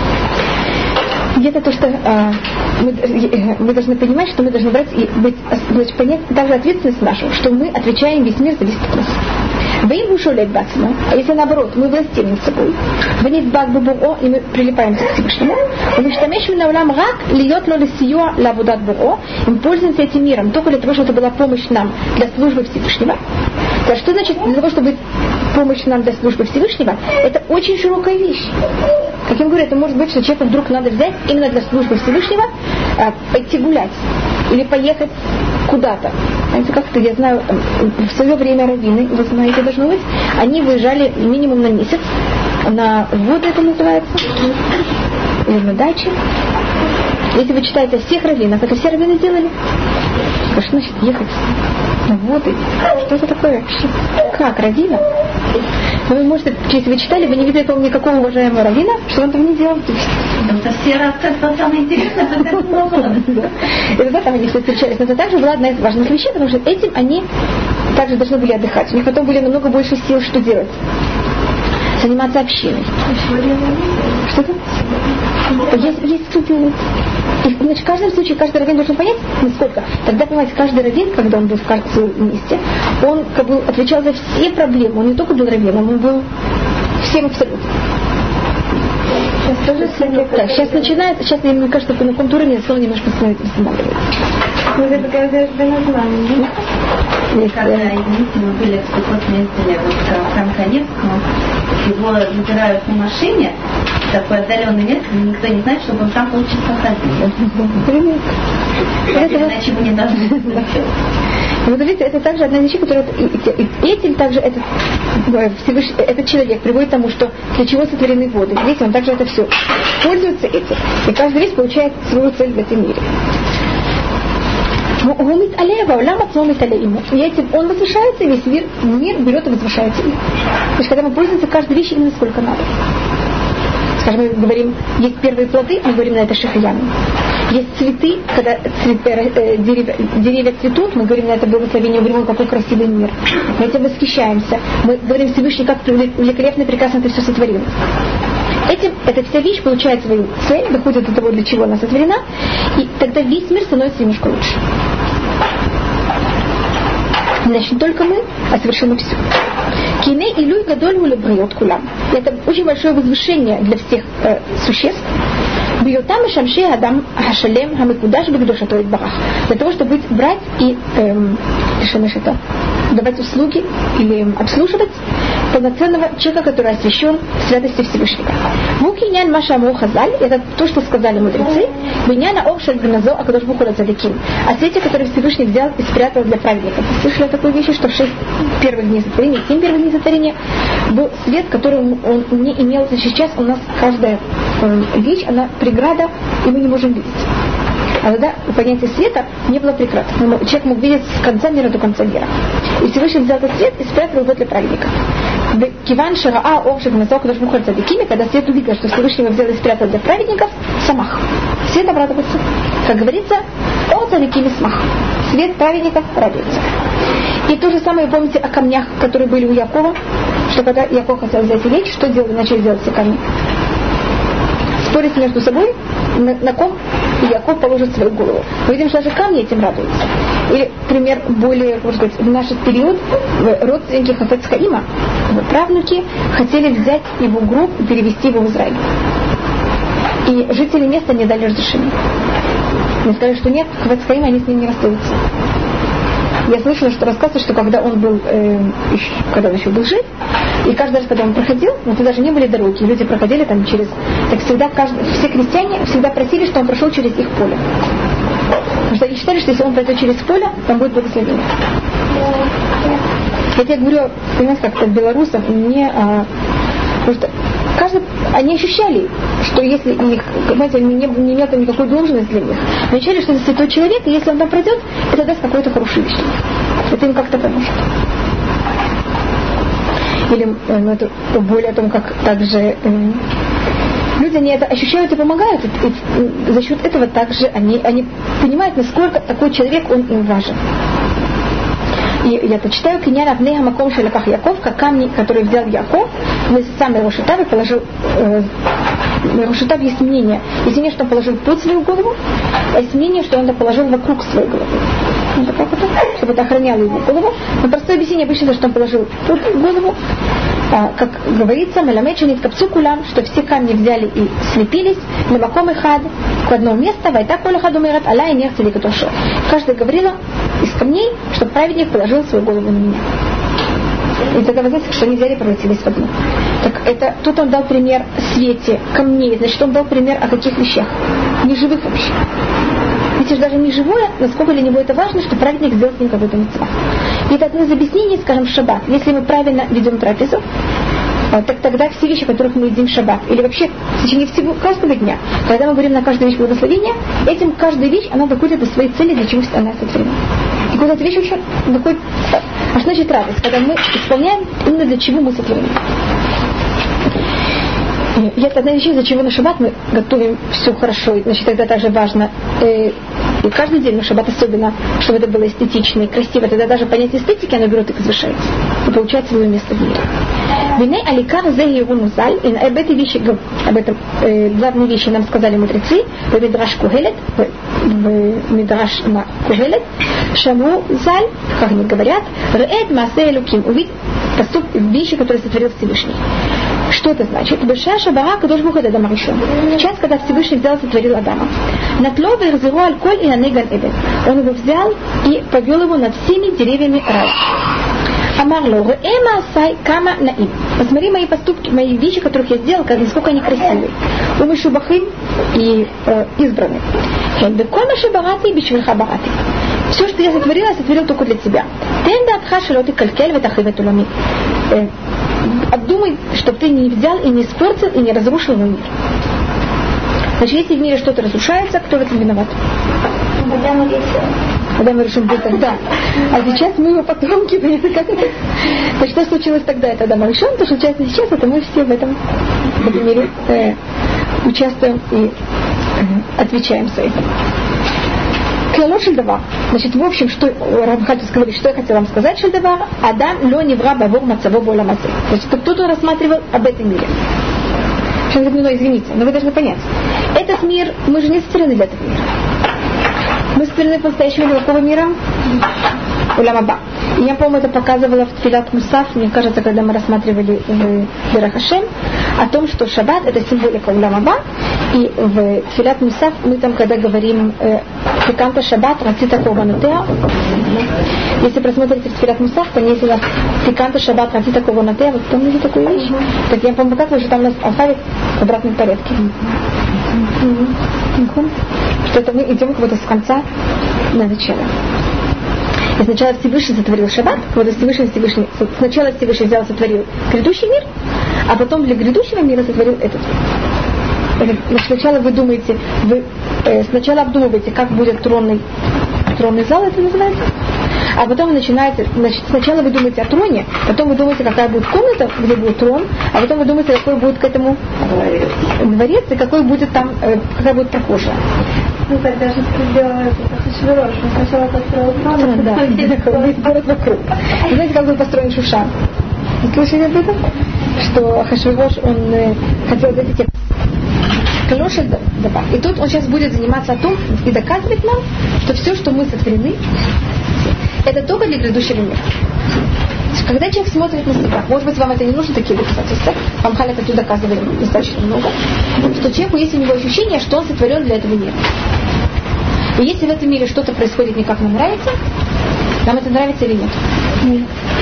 И это то, что э, мы, э, мы должны понимать, что мы должны брать и быть, значит, понять даже ответственность нашу, что мы отвечаем, весь мир зависит от нас. Вы им ушли бацну, а если наоборот, мы властим над собой, вы не бак бубуо, и мы прилипаемся к Всевышнему, мы штамешим на улам рак, льет ло лисио лавудат буо, и мы пользуемся этим миром только для того, чтобы это была помощь нам для службы Всевышнего. То что значит для того, чтобы помощь нам для службы Всевышнего? Это очень широкая вещь. Как я говорю, это может быть, что человеку вдруг надо взять именно для службы Всевышнего, а, пойти гулять или поехать куда-то. Знаете, как-то я знаю, в свое время раввины, вы знаете, должно быть, они выезжали минимум на месяц на воды, это называется, или на даче. Если вы читаете о всех раввинах, это все раввины делали. Что значит ехать на воды? Что это такое вообще? Как, раввина? Вы можете, если вы читали, вы не видели, по-моему, никакого уважаемого раввина, что он этого не делал. Это все рассказы самое интересное, это как много. И да, там они все встречались. Но это также была одна из важных вещей, потому что этим они также должны были отдыхать. У них потом были намного больше сил, что делать. Заниматься общиной. Что-то? Есть, есть что делать. И, значит, в каждом случае каждый раввин должен понять, насколько. Тогда, понимаете, каждый раввин, когда он был в каждом месте, он как бы отвечал за все проблемы. Он не только был раввином, он был всем абсолютно. Сейчас тоже всякие... Так, сейчас начинает, сейчас, мне кажется, на каком-то уровне слово немножко останавливается. Ну, это когда же название, да? Когда, извините, мы были в субботу ездили вот к Храм-Каневскому, его забирают на машине, такое отдаленное место, никто не знает, чтобы он там получится ходить. Иначе мы не должны. Вот видите, это также одна из вещей, которая этим также этот, этот человек приводит к тому, что для чего сотворены воды. Видите, он также это все пользуется этим. И каждый весь получает свою цель в этом мире. И этим он возвышается, и весь мир, мир берет и возвышается. То есть, когда мы пользуемся каждой вещью именно сколько надо. Скажем, мы говорим, есть первые плоды, мы говорим на это шихаями. Есть цветы, когда цвет, э, деревья, деревья цветут, мы говорим на это благословение, говорим, какой красивый мир. Мы этим восхищаемся. Мы говорим Всевышний, как великолепно и прекрасно ты все сотворил. Этим, эта вся вещь получает свою цель, доходит до того, для чего она сотворена, и тогда весь мир становится немножко лучше. Значит, не только мы, а совершенно все. Кине и люй гадоль мулебриот кулам. Это очень большое возвышение для всех э, существ. Бьютам и шамши адам хашалем хамикудаш бигдушатой барах. Для того, чтобы брать и эм, это, давать услуги или обслуживать полноценного человека, который освящен святости Всевышнего. Мукинян маша мухазаль, это то, что сказали мудрецы. Биняна оршаль гназо акадош бухура задиким. О свете, который Всевышний взял и спрятал для праведников. Слышали о такой вещи, что в шесть первых дней сотворения, семь первых дней сотворения был свет, который он не имел. Значит, сейчас у нас каждая э, вещь, она преграда, и мы не можем видеть. А тогда понятие света не было преград. Человек мог видеть с конца мира до конца мира. И Всевышний взял этот свет и спрятал его для праведников. Киван шараа оршик назок даже мухаль цадикими, когда свет увидел, что Всевышний его взял и спрятал для праведников, самах. Свет обрадовался. Как говорится, о цадикими смах. Свет праведников радуется. И то же самое помните о камнях, которые были у Якова, что когда Яков хотел взять и лечь, что делали, начали делать все камни? Спорить между собой, на, на ком Яков положит свою голову. Мы видим, что даже камни этим радуются. Или, пример, более, можно сказать, в наш период родственники Хафец Хаима, правнуки, хотели взять его гроб и перевезти его в Израиль. И жители места не дали разрешения. Они сказали, что нет, Хафец Хаим, они с ним не расстаются. Я слышала, что рассказывают, что когда он был, э, еще, когда он еще был жив, и каждый раз, когда он проходил, ну, даже не были дороги, люди проходили там через... Так всегда, каждый, все крестьяне всегда просили, что он прошел через их поле. Потому что они считали, что если он пройдет через поле, там будет благословение. Это я говорю, понимаете, как-то белорусам, не... А, потому что каждый, они ощущали, что если их, понимаете, не, не имел там никакой должности для них, они ощущали, что это святой человек, и если он там пройдет, это даст какую-то хорошую вещь. Это им как-то поможет. Или ну, это более о том, как также э, люди они это ощущают и помогают, и, и за счет этого также они, они понимают, насколько такой человек, он им важен. И я то читаю киньян авнеха маком шелаках Яков, как камни, которые взял Яков, сам Мирошитав и положил. Э, Мирошитав есть мнение, есть мнение, что он положил под свою голову, а есть мнение, что он это положил вокруг своей головы. Ну, так вот, чтобы это охраняло его голову. Но простое объяснение обычно, что он положил под голову, а, как говорится, маламеченит капсу кулам, что все камни взяли и слепились, на маком и хад, к одному месту, вайта коля хаду мират, аля и нехт или катошо. Каждая говорила из камней, что праведник положил свою голову на меня. И тогда вы знаете, что они взяли и превратились в одну. Так это, тут он дал пример свете, камней, значит, он дал пример о каких вещах? Неживых вообще. Видите, даже не живое, насколько для него это важно, что праведник сделал с ним какой-то мицва. И это одно из объяснений, скажем, в шаббат. Если мы правильно ведем трапезу, так тогда все вещи, которых мы едим в шаббат, или вообще в течение всего каждого дня, когда мы говорим на каждую вещь благословения, этим каждая вещь, она доходит до своей цели, для чего она сотворена. И когда эта вещь еще доходит... А что значит радость? Когда мы исполняем именно для чего мы сотворены. И это одна вещь, из-за чего на шаббат мы готовим все хорошо. Значит, тогда также важно, э, и каждый день на шаббат особенно, чтобы это было эстетично и красиво. Тогда даже понятие эстетики, оно берет и возвышается. И получает свое место в мире. Виней аликар зе ерунузаль. И об этой вещи, об этом э, главной вещи нам сказали мудрецы. В Мидраш Кухелет, в Мидраш на Кухелет, Шаму заль, как они говорят, Реэд Масе Элуким. Увидеть вещи, которые сотворил Всевышний. Что это значит? Беша шабара кадош брух эд Адам аришон. В час, когда Всевышний взял и сотворил Адама. Натло вейрзиру аль коль и аней ган эден. Он его взял и повел его над всеми деревьями рая. Амарло, рэма асай кама наим. Посмотри мои поступки, мои вещи, которых я сделал, как, насколько они красивые. Умышубахим и э, избранные. Хендекома шабарати бишвильха барати. Все, что я сотворила, я сотворил только для тебя. Тенда атха шелоты калькель ветахивет улами. Обдумай, чтобы ты не взял и не испортил, и не разрушил мой мир. Значит, если в мире что-то разрушается, кто в этом виноват? Адам и Ева. Адам решил быть тогда. А сейчас мы его потомки, понимаете, как это? То что случилось тогда, это Адам решил, то, что случается сейчас, это мы все в этом, в этом мире э, участвуем и э, отвечаем за это. Клалот шельдавар. Значит, в общем, что Рамхальтус говорит, что я хотела вам сказать, шельдавар, Адам ло невра бавор мацаво боламазе. Значит, тут он рассматривал об этом мире. Сейчас я говорю, ну извините, но вы должны понять. Этот мир, мы же не сотворены для этого мира. Мы сотворены по-настоящему для какого мира? Улам-аба. И я, по-моему, это показывала в Тфилат Мусаф, мне кажется, когда мы рассматривали в Дерах Ашем, о том, что шаббат это символика Улам-аба, и в Тфилат Мусаф мы там, когда говорим Фиканта шаббат, рацита кованатеа, если просмотрите в Тфилат Мусаф, то если у нас Фиканта шаббат, рацита кованатеа, вы помните такую вещь? Так я, по-моему, показывала, что там у нас алфавит в обратном порядке. Что это мы идем как будто с конца на начало. И сначала Всевышний сотворил шаббат, вот Всевышний, Всевышний, сначала Всевышний взял, сотворил грядущий мир, а потом для грядущего мира сотворил этот мир. Значит, сначала вы думаете, вы э, сначала обдумываете, как будет тронный, тронный зал, это называется, а потом вы начинаете, значит, сначала вы думаете о троне, потом вы думаете, какая будет комната, где будет трон, а потом вы думаете, какой будет к этому дворец, и какой будет там, э, какая будет прихожая. Ну, так даже сделала это Ахашвирош. Он сначала построил трон, да, весь город вокруг. Вы знаете, как был построен Шушан? Вы слышали об этом? Что Ахашвирош, он э, хотел дать эти калоши, да, и тут он сейчас будет заниматься о том и доказывать нам, что все, что мы сотворены, это только для грядущего мира. Когда человек смотрит на себя, может быть, вам это не нужно, такие доказательства, вам Халя это доказывает достаточно много, что человеку есть у него ощущение, что он сотворен для этого мира. И если в этом мире что-то происходит не как нам нравится, нам это нравится или нет? Нет.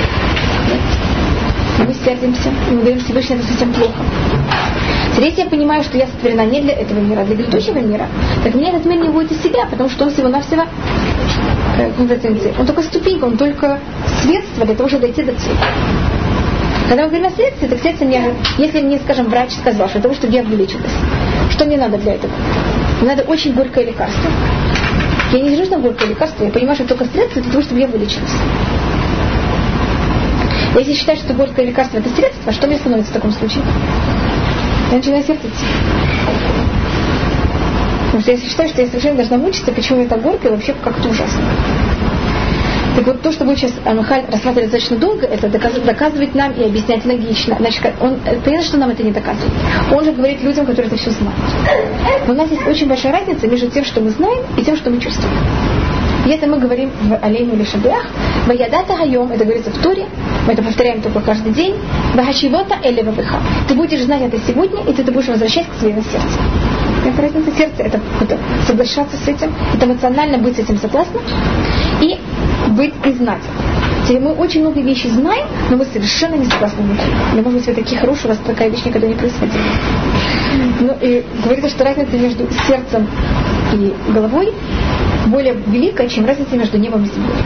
Мы сердимся, и мы говорим, Всевышний, это совсем плохо. Если я понимаю, что я сотворена не для этого мира, а для грядущего мира, так мне этот мир не будет из себя, потому что он всего-навсего он только ступенька, он только средство для того, чтобы дойти до цели. Когда мы говорим о следствии, так следствие мне, если мне, скажем, врач сказал, что для того, чтобы я вылечилась, что мне надо для этого? Мне надо очень горькое лекарство. Я не держусь на горькое лекарство, я понимаю, что это только средство для того, чтобы я вылечилась. Если считать, что горькое лекарство это средство, что мне становится в таком случае? Я начинаю сердиться. Потому что если считаю, что я совершенно должна мучиться, почему мне так горько, и вообще как-то ужасно. Так вот, то, что будет сейчас Михаил рассматривать достаточно долго, это доказывать, доказывать нам и объяснять логично. Значит, он, понятно, что нам это не доказывает. Он же говорит людям, которые это все знают. Но у нас есть очень большая разница между тем, что мы знаем, и тем, что мы чувствуем. Если мы говорим в Алейну или Шабиах, «Ваядата хайом», это говорится в Торе, мы это повторяем только каждый день, «Вахачивота эле вавыха». Ты будешь знать это сегодня, и ты это будешь возвращать к своему сердцу. Это разница сердца, это, это соглашаться с этим, это эмоционально быть с этим согласным и быть и знать. Теперь мы очень много вещей знаем, но мы совершенно не согласны внутри. Но, может быть, вы такие хорошие, у вас такая вещь никогда не происходила. Ну, и говорится, что разница между сердцем и головой более великая, чем разница между небом и землей.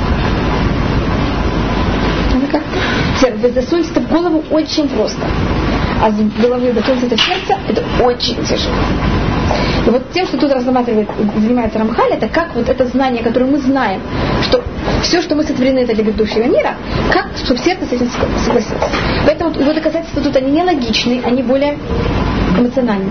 Ну как? Вы засунете это в голову очень просто. А с головы дотронуться это в сердце, это очень тяжело. И вот тем, что тут рассматривает, занимается Рамхаль, это как вот это знание, которое мы знаем, что все, что мы сотворены, это для грядущего мира, как, чтобы сердце с этим согласилось. Поэтому вот его доказательства тут, они не логичные, они более эмоциональные.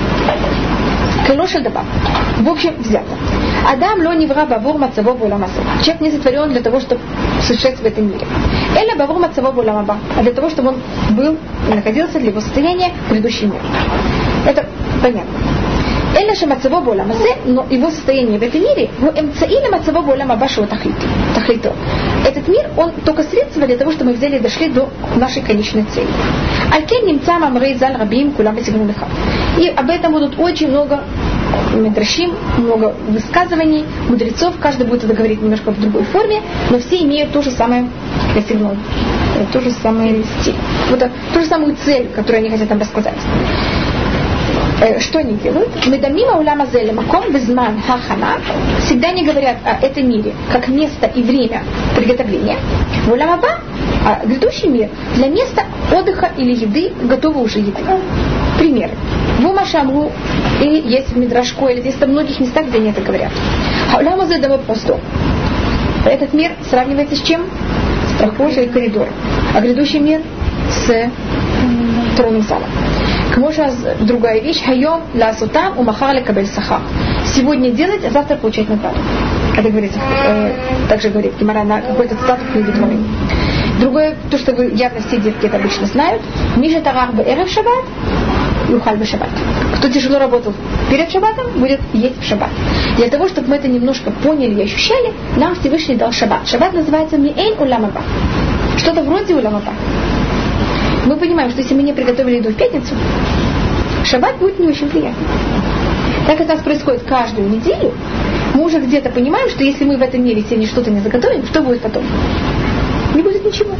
Клоша даба. В общем, взято. Адам ло невра бавур мацаво булам азе. Человек не сотворен для того, чтобы существовать в этом мире. Эля бавур мацаво булам аба. А для того, чтобы он был и находился для его состояния в предыдущем мире. Это понятно. Эля ше мацаво булам азе, но его состояние в этом мире, в эмцаиля мацаво булам аба шо тахлито. Этот мир, он только средство для того, чтобы мы взяли и дошли до нашей конечной цели. Аль-кен немца мамрей заль рабим кулам бетигну леха. И об этом будут очень много медрашим, много высказываний мудрецов, каждый будет это говорить немножко в другой форме, но все имеют то же самое сигнал, то же самое стиль, вот ту же самую цель, которую они хотят нам рассказать. Что они делают? Медамима уляма зеле маком безман хахана. Всегда не говорят о этом мире как место и время приготовления. Уляма ба, а грядущий мир для места отдыха или еды, готовой уже еды. Примеры. В Умашамру или есть в Мидрашко, или есть в многих местах, где они это говорят. Уляма зеле домой просто. Этот мир сравнивается с чем? С прохожей и коридором. А грядущий мир с тронным залом. Кмоша другая вещь. Хайом ла сутам у махар ли кабель сахар. Сегодня делать, а завтра получать награду. Это говорится, э, также говорит Гемара на какой-то цитату в книге Дворим. Другое, то, что вы явно все детки это обычно знают. Миша тарах б'эрев шаббат, юхаль б'шаббат. Кто тяжело работал перед шаббатом, будет есть в шаббат. Для того, чтобы мы это немножко поняли и ощущали, нам Всевышний дал шаббат. Шаббат называется миэйн улам аба. Что-то вроде улам аба. Мы понимаем, что если мы не приготовили еду в пятницу, шаббат будет не очень приятный. Так это у нас происходит каждую неделю. Мы уже где-то понимаем, что если мы в этом мире сегодня что-то не заготовим, что будет потом? Не будет ничего.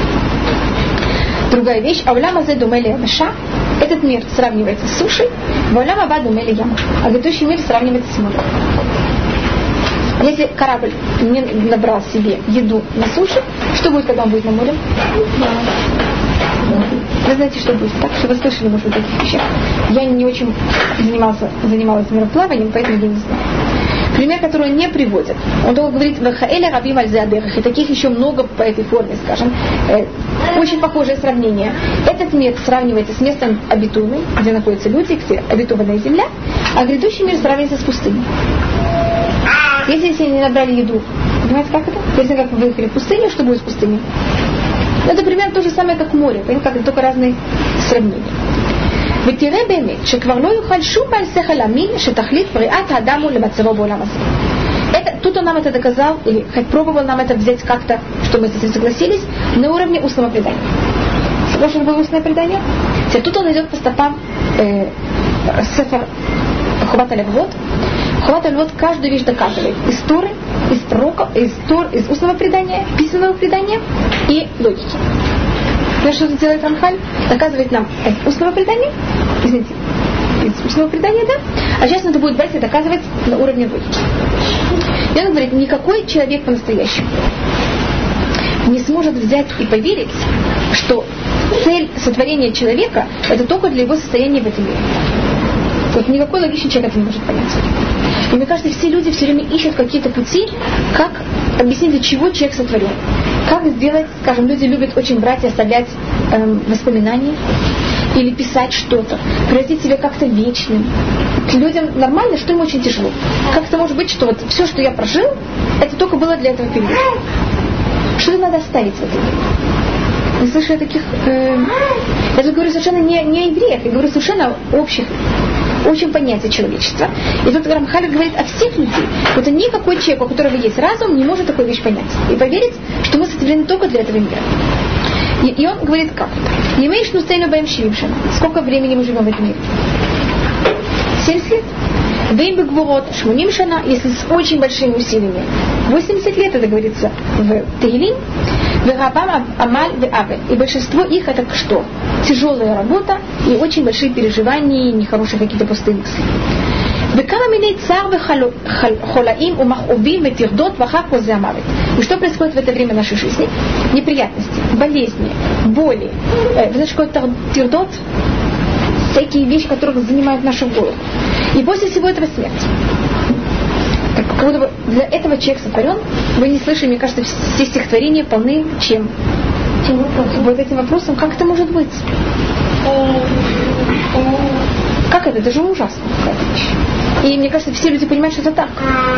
Другая вещь. Аулам азе думели абаша. Этот мир сравнивается с сушей. Аулам аба думели яма. А грядущий мир сравнивается с морем. Если корабль не набрал себе еду на суше, что будет, когда он будет на море? Вы знаете, что будет, так? Что вы слышали, может, о таких вещах. Я не очень занимался, занималась мироплаванием, поэтому я не знаю. Пример, который он не приводит. Он только говорит «Вахаэля рабим аль-зеадерах». И таких еще много по этой форме, скажем. Э, очень похожее сравнение. Этот мир сравнивается с местом обетуемым, где находятся люди, где обетованная земля, а грядущий мир сравнивается с пустыней. Если, если не набрали еду, понимаете, как это? Если как вы выехали в пустыню, что будет в пустыне? Это примерно то же самое, как море. Понимаете, как это только разные сравнения. ותראה באמת שכבר לא יוכל שום בעל שכל להאמין שתכלית בריאת האדם הוא למצבו בעולם הזה. Это, тут он нам это доказал, или хоть пробовал нам это взять как-то, что мы с этим согласились, на уровне устного предания. Согласен, было устное предание? Теперь тут он идет по стопам э, Сефер Хуват аль-Левот. Хуват аль-Левот каждую вещь доказывает. Из Торы, из пророка, из, Тор, из устного предания, писанного предания и логики. Знаешь, что это делает Рамхаль? Доказывает нам из устного предания, извините, из устного предания, да? А сейчас надо будет брать и доказывать на уровне логики. И он говорит, никакой человек по-настоящему не сможет взять и поверить, что цель сотворения человека это только для его состояния в этом мире. Вот никакой логичный человек это не может понять. И мне кажется, все люди все время ищут какие-то пути, как объяснить, для чего человек сотворен. Как сделать, скажем, люди любят очень брать и оставлять эм, воспоминания или писать что-то, превратить себя как-то вечным. К людям нормально, что им очень тяжело. Как это может быть, что вот все, что я прожил, это только было для этого периода. Что-то надо оставить в этом мире. Вы слышали таких... Э, я тут говорю совершенно не, не о евреях, я говорю совершенно о общих, общем понятии человечества. И тут Рамхаль говорит о всех людей. Вот никакой человек, у которого есть разум, не может такую вещь понять. И поверить, что мы сотворены только для этого мира. И, и он говорит как? Не имеешь ну сцену боим шивимшина. Сколько времени мы живем в этом мире? семьдесят лет. Вейм бегворот шмуним шана, если с очень большими усилиями. восемьдесят лет, это говорится в Тегилим. Вегабам амаль веавель. И большинство их это что? Тяжелая работа и очень большие переживания, нехорошие какие-то пустые мысли. וכמה מיני צער וחולאים ומכאובים וטרדות ואחר כל זה המוות. И что происходит в это время нашей жизни? Неприятности, болезни, боли. Вы знаете, что это тирдот? Всякие вещи, которые занимают нашу голову. И после всего этого смерть. Так, как будто бы для этого человек сотворен. Вы не слышали, мне кажется, все стихотворения полны чем? Чем вопросом? Вот этим вопросом, как это может быть? Как это? Это же ужасно какая-то вещь. И мне кажется, все люди понимают, что это так.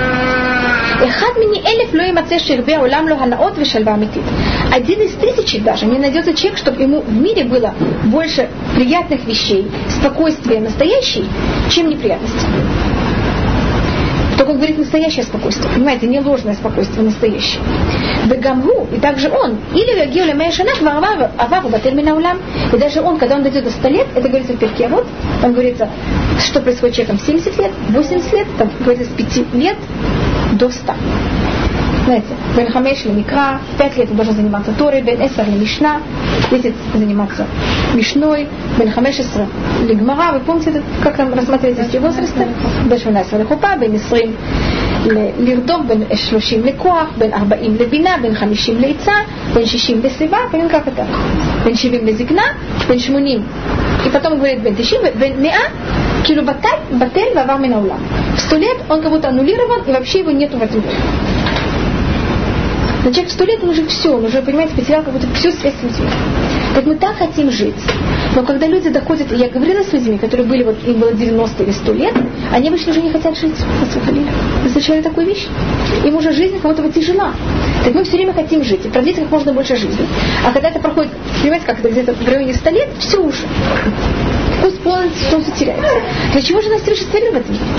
Один из тысячи даже не найдется человек, чтобы ему в мире было больше приятных вещей, спокойствия настоящей, чем неприятности. Только он говорит настоящее спокойствие. Понимаете, не ложное спокойствие, настоящее. Бегамгу, и также он, или Геоля Мэйшанах, Авару Батель Минаулам, и даже он, когда он дойдет до ста лет, это говорится в перке, вот, там говорится, что происходит с человеком в семьдесят лет, восемьдесят лет, там говорится с пяти лет до ста. Знаете, Бен Хамеш или Микра, пять лет он должен заниматься Торой, Бен Эсар или Мишна, десять заниматься Мишной, Бен Хамеш или Гмара, вы помните, как там рассматривать эти возрасты? Бен Шванайс или Хупа, Бен Исрим לרדוף בין שלושים לכוח, בין ארבעים לבינה, בין חמישים לעיצה, בין שישים לסביבה, בין как это? בין שבעים לזקנה, בין שמונים. И потом говорит בין тысячи, בין меа, כאילו בטל, בטל ועבר מן העולם. В сто лет он как будто аннулирован, и вообще его нету в этом мире. Но человек в сто лет, он уже все, он уже, понимаете, потерял какую-то всю связь с людьми. Так мы так хотим жить. Но когда люди доходят, я говорила с людьми, которые были, вот им было девяносто или сто лет, они обычно уже не хотят жить. Вы слышали такую вещь? Им уже жизнь как-то вот тяжела. Так мы все время хотим жить и продлить как можно больше жизни. А когда это проходит, понимаете, как это где-то в районе ста лет, все уже. Вкус полностью все теряется. Для чего же нас Всевышний створил в этом мире?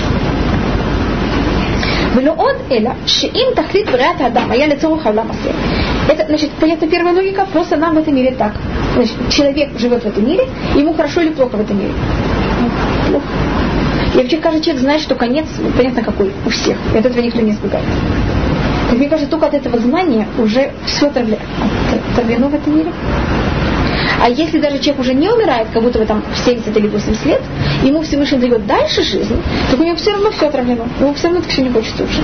Это, значит, понятно, первая логика, просто нам в этом мире так. Значит, человек живет в этом мире, ему хорошо или плохо в этом мире? Плохо. И вообще каждый человек знает, что конец, понятно какой, у всех. И от этого никто не избегает. Так мне кажется, только от этого знания уже все отравлено в этом мире. А если даже человек уже не умирает, как будто бы там в семьдесят или восемьдесят лет, ему Всевышний дает дальше жизнь, то у него все равно все отравлено. Ему все равно так все не хочется уже.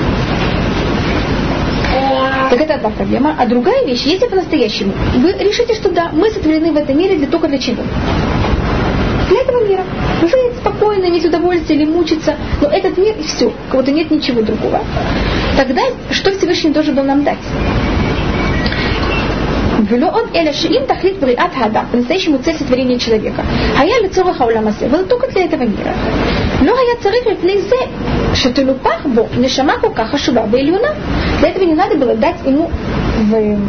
Так это одна проблема. А другая вещь, если по-настоящему вы решите, что да, мы сотворены в этом мире для только для чего? Для этого мира. Жить спокойно, иметь удовольствие или мучиться. Но этот мир и все. Как будто нет ничего другого. Тогда что Всевышний должен был нам дать? По-настоящему цель сотворения человека. Было только для этого мира. Для этого не надо было дать ему в...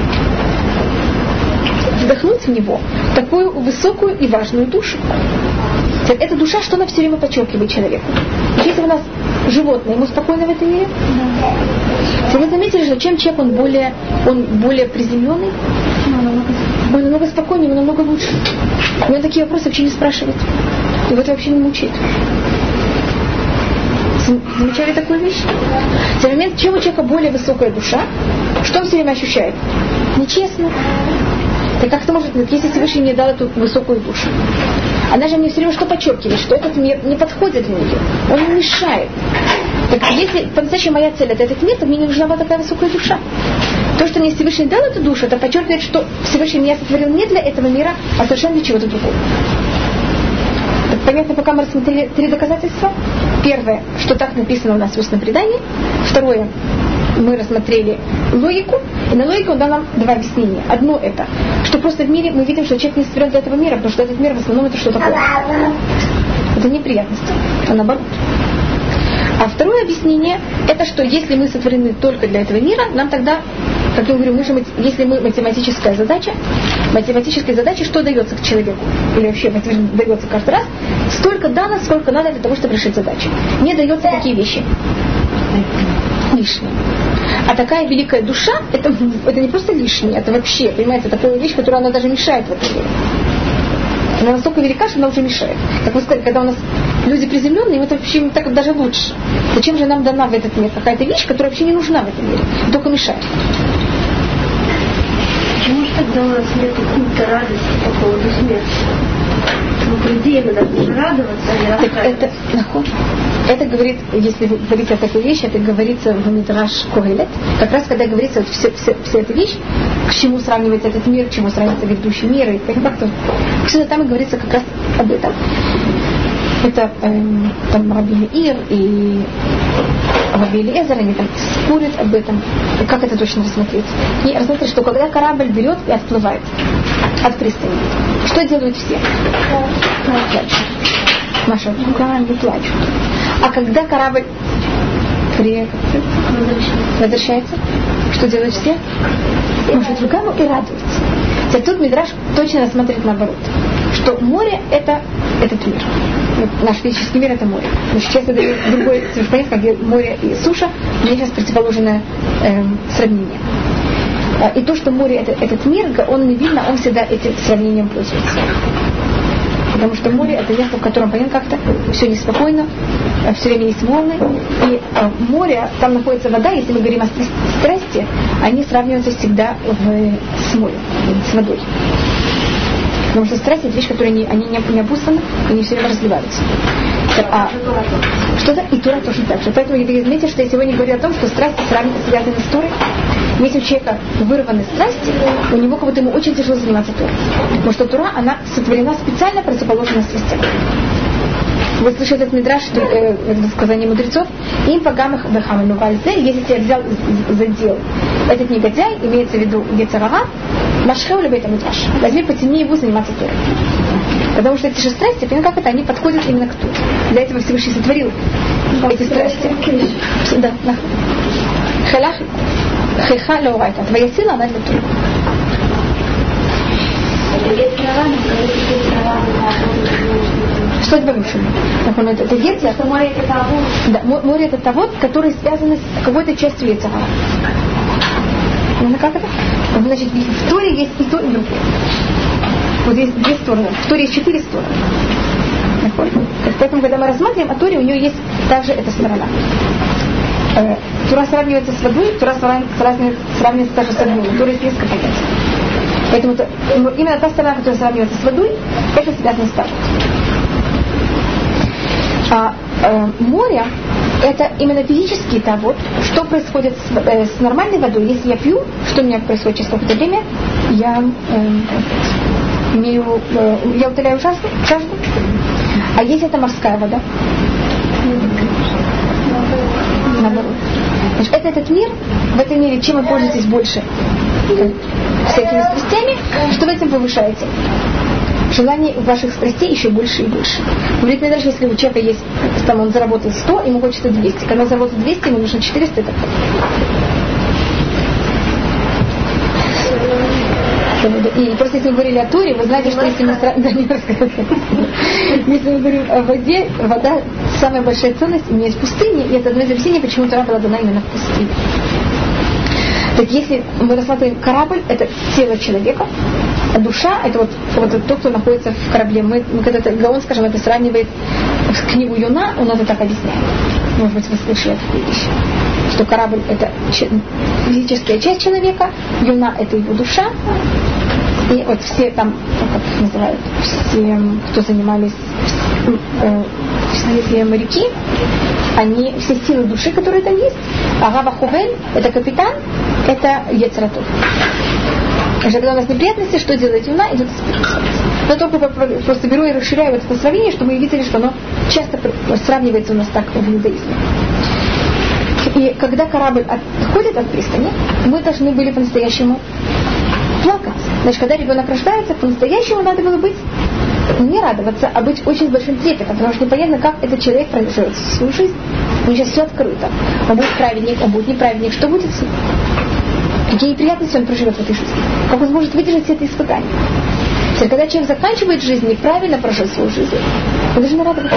вдохнуть в него такую высокую и важную душу. Эта душа, что она все время подчеркивает человеку. Если у нас животное, ему спокойно в этом мире? Да. Вы заметили, что чем человек он более, он более приземленный, он намного спокойнее, он намного лучше. И он такие вопросы вообще не спрашивает. Его это вообще не мучает. Замечали такую вещь? В тот момент, чем у человека более высокая душа, что он все время ощущает? Нечестно. Так как это может быть, если Всевышний мне дал эту высокую душу? Она же мне все время что подчеркивает, что этот мир не подходит для нее, он не мешает. Так если по-настоящему моя цель это этот мир, то мне не нужна была такая высокая душа. То, что мне Всевышний дал эту душу, это подчеркивает, что Всевышний меня сотворил не для этого мира, а совершенно для чего-то другого. Так, понятно, пока мы рассмотрели три доказательства. Первое, что так написано у нас в устном предании. Второе, мы рассмотрели логику, и на логику он дал нам два объяснения. Одно это, что просто в мире мы видим, что человек не сотворен для этого мира, потому что этот мир в основном это что такое? Это неприятности, а наоборот. А второе объяснение, это что если мы сотворены только для этого мира, нам тогда, как я говорю, мы же, если мы математическая задача, математической задаче что дается к человеку? Или вообще дается каждый раз? Столько дано, сколько надо для того, чтобы решить задачу. Не дается такие вещи лишние. А такая великая душа, это, это не просто лишнее, это вообще, понимаете, такая вещь, которая она даже мешает в этом мире. Она настолько велика, что она уже мешает. Как вы сказали, когда у нас люди приземленные, им это вообще так даже лучше. Зачем же нам дана в этот мир какая-то вещь, которая вообще не нужна в этом мире, только мешает? Почему же тогда у нас нет культа радости по поводу смерти? Ну, по идее, мы должны радоваться, а не это, это говорит, если вы говорите о такой вещи, это говорится в Мидраш Когелет, как раз когда говорится вот все, все, все эта вещь, к чему сравнивается этот мир, к чему сравнивается грядущий мир, и как-то все там и говорится как раз об этом. Это э, там Раби Меир и Раби Элиэзер, они там спорят об этом, и как это точно рассмотреть. И рассмотреть, что когда корабль берет и отплывает от пристани, что делают все? Плачут. Маша, не плачут. А когда корабль при... возвращается, что делают все? Машут руками и радуются. Теперь тут Мидраш точно рассматривает наоборот, что море это этот мир. Наш физический мир это море. Но сейчас это другой, понятно, как море и суша, мне сейчас противоположное э, сравнение. И то, что море это этот мир, он не видно, он всегда этим сравнением пользуется. Потому что море это место, в котором, понятно, как-то все неспокойно, все время есть волны. И а, море, там находится вода, если мы говорим о страсти, они сравниваются всегда в, с морем, с водой. Потому что страсти это вещь, которые не, они не, не обусланы, они все время разливаются. А, что-то и Тора тоже так же. Поэтому я заметил, что я сегодня говорю о том, что страсти связаны с Торой. Если у человека вырваны страсти, у него как будто ему очень тяжело заниматься Торой. Потому что Тора, она сотворена специально противоположно страстям. Вы слышали этот мидраш, что, э, это сказание мудрецов, им погамых бахаману вальзе, если тебя взял, задел этот негодяй, имеется в виду Йецер Гара, Машхеу лебейт амидраш. Возьми, потяни его заниматься Торой. Потому что эти же страсти, понимаете, как это, они подходят именно к Торе. Для этого Всевышний сотворил эти страсти. Да, да. Халах хеха леурайта. Твоя сила, она для Торы. Что это бабушка? Это, это Йецер. Море это тавод. Да, море это тавод, который связан с какой-то частью Йецер Гара. Ну, как это? Значит, в Торе есть и то, и другое. Вот есть две стороны. В Торе есть четыре стороны. Поэтому, когда мы рассматриваем о Торе, у нее есть также эта сторона. Тора сравнивается с водой, Тора сравнивается также с огнем. У Торы есть несколько понятий. Поэтому то, именно та сторона, которая сравнивается с водой, это связано с тавод. А э, море это именно физический тавод, что происходит с, э, с нормальной водой. Если я пью, что у меня происходит через какое-то время, я э, имею, э, я утоляю жажду, жажду. А если это морская вода? Наоборот. Значит, это этот мир, в этом мире, чем вы пользуетесь больше всякими страстями, что вы этим повышаете. Желание ваших страстей еще больше и больше. Говорит, даже если у человека есть, там он заработал сто, ему хочется двести. Когда он заработал двести, ему нужно четыреста, это и просто если мы говорили о Торе, вы знаете, что если мы, да, не если мы говорим о воде, вода самая большая ценность, у меня есть пустыня, и это одно из объяснений, почему Тора была дана именно в пустыне. Так если мы рассматриваем корабль, это тело человека, а душа это вот, вот тот, кто находится в корабле. Мы, мы когда-то Гаон, скажем, это сравнивает с книгу Юна, он это так объясняет. Может быть, вы слышали такую вещь, что корабль это физическая часть человека, Юна это его душа. И вот все там, как их называют, все, кто занимались, э, все моряки, они, все силы души, которые там есть, а Раба Хувель, это капитан, это Йецер Тов. Когда у нас неприятности, что делать Юна, идет спиритуальность. Но только просто беру и расширяю вот это сравнение, чтобы мы видели, что оно часто сравнивается у нас так в иудаизме. И когда корабль отходит от пристани, мы должны были по-настоящему плакать. Значит, когда ребенок рождается, по-настоящему надо было быть, не радоваться, а быть очень с большим трепетом, потому что непонятно, как этот человек проживет свою жизнь. У него сейчас все открыто. Он будет праведник, он будет неправедник. Что будет с ним? Какие неприятности он проживет в этой жизни? Как он сможет выдержать все это испытания? Теперь, когда человек заканчивает жизнь и правильно прожил свою жизнь, он должен радоваться.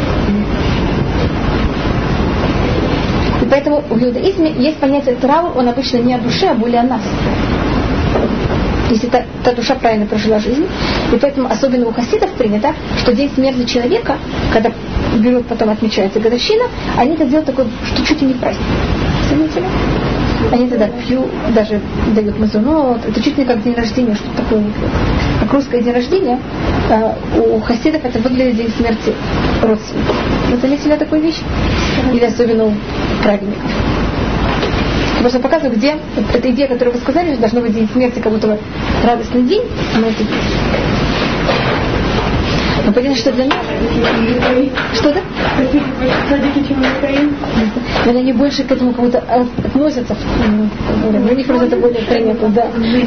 И поэтому в иудаизме есть понятие траур, он обычно не о душе, а более о нас. Если та, та душа правильно прожила жизнь. И поэтому особенно у хасидов принято, что день смерти человека, когда берут, потом отмечается годовщина, они это делают такой, что чуть ли не праздник. Заметили? Они тогда пьют, даже дают мазунот, это чуть ли как день рождения, что-то такое. Как русское день рождения, у хасидов это выглядит день смерти родственников. Вы заметили такую вещь? Или особенно у праведников. Просто показываю, где эта идея, которую вы сказали, что должно быть день смерти, как будто бы радостный день, но это есть. Но понятно, что для нас... Что-то? Но они больше к этому кого-то относятся. У них просто это более принято, да.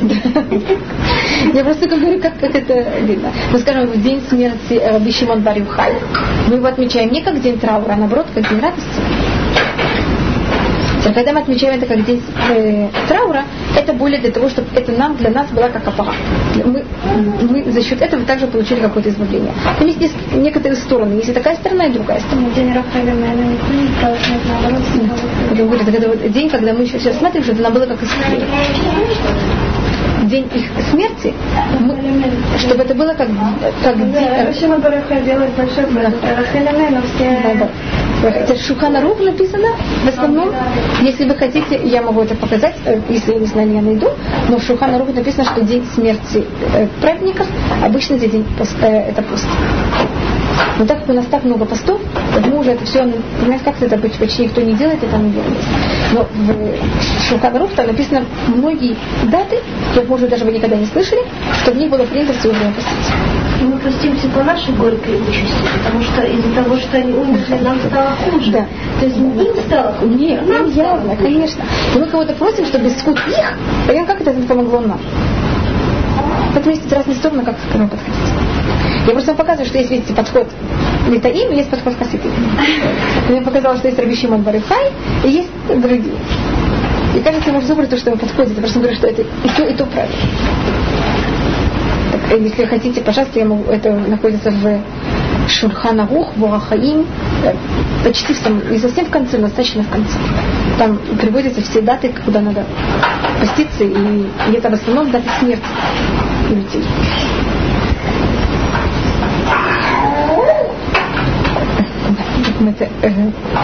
Я просто говорю, как, как это видно. Мы скажем, в день смерти Раби Шимон бар Йохай, мы его отмечаем не как день траура, а наоборот, как день радости. Когда мы отмечаем это как день э, траура, это более для того, чтобы это нам, для нас была как аппарат. Мы, мы за счет этого также получили какое-то избавление. Там есть некоторые стороны. Есть такая сторона и другая сторона. День Рафаэля, наверное, никто не сказал, что это наоборот. Это, это вот день, когда мы сейчас смотрим, что это нам было как избавление. День их смерти, мы, чтобы это было как, как да, день... Почему Бараха делает большой праздник? Рахеля, но все... Это Шулхан Арух написано в основном. Если вы хотите, я могу это показать, если вы не знали, я найду. Но в Шулхан Арух написано, что день смерти э, праведников обычно за день пост, э, это пост. Но так как у нас так много постов, мы уже это все, понимаете, как это почти никто не делает, это не делает. Но в Шулхан Арух там написано многие даты, я, может, даже вы никогда не слышали, что в них было принято все время постить. мы простимся по нашей горькой участи, потому что из-за того, что они умерли, нам стало хуже. Да. То есть им стало хуже. Нет, нам явно, конечно. И мы кого-то просим, чтобы исход их, понимаем, как это помогло нам. Поэтому есть разные стороны, как к этому подходить. Я просто вам показываю, что есть, видите, подход Литаим и есть подход Хасидим. Я вам показала, что есть Раби Шимон бар Йохай и есть другие. И кажется, может выбрать то, что ему подходит. Я просто говорю, что это и то, и то правильно. Так, если хотите, пожалуйста, я могу, это находится в Шульхан Арух, в Орах-Хаим, почти в самом, не совсем в конце, но достаточно в конце. Там приводятся все даты, куда надо поститься, и, и это в основном даты смерти людей. Это, э,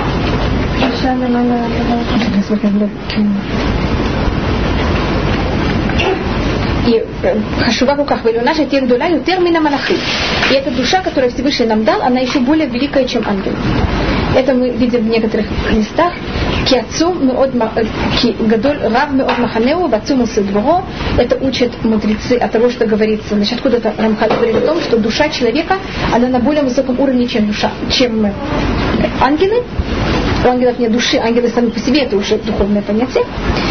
и хашува в руках велюна шатир дула ютер мина малахим. И эта душа, которую Всевышний нам дал, она еще более великая, чем ангел. Это мы видим в некоторых местах. Киацу меод гадоль рав меод маханеу вацу мусидворо. Это учат мудрецы от того, что говорится. Значит, откуда-то Рамхаль говорит о том, что душа человека, она на более высоком уровне, чем душа, чем ангелы. У ангелов нет души, ангелы сами по себе, это уже духовное понятие.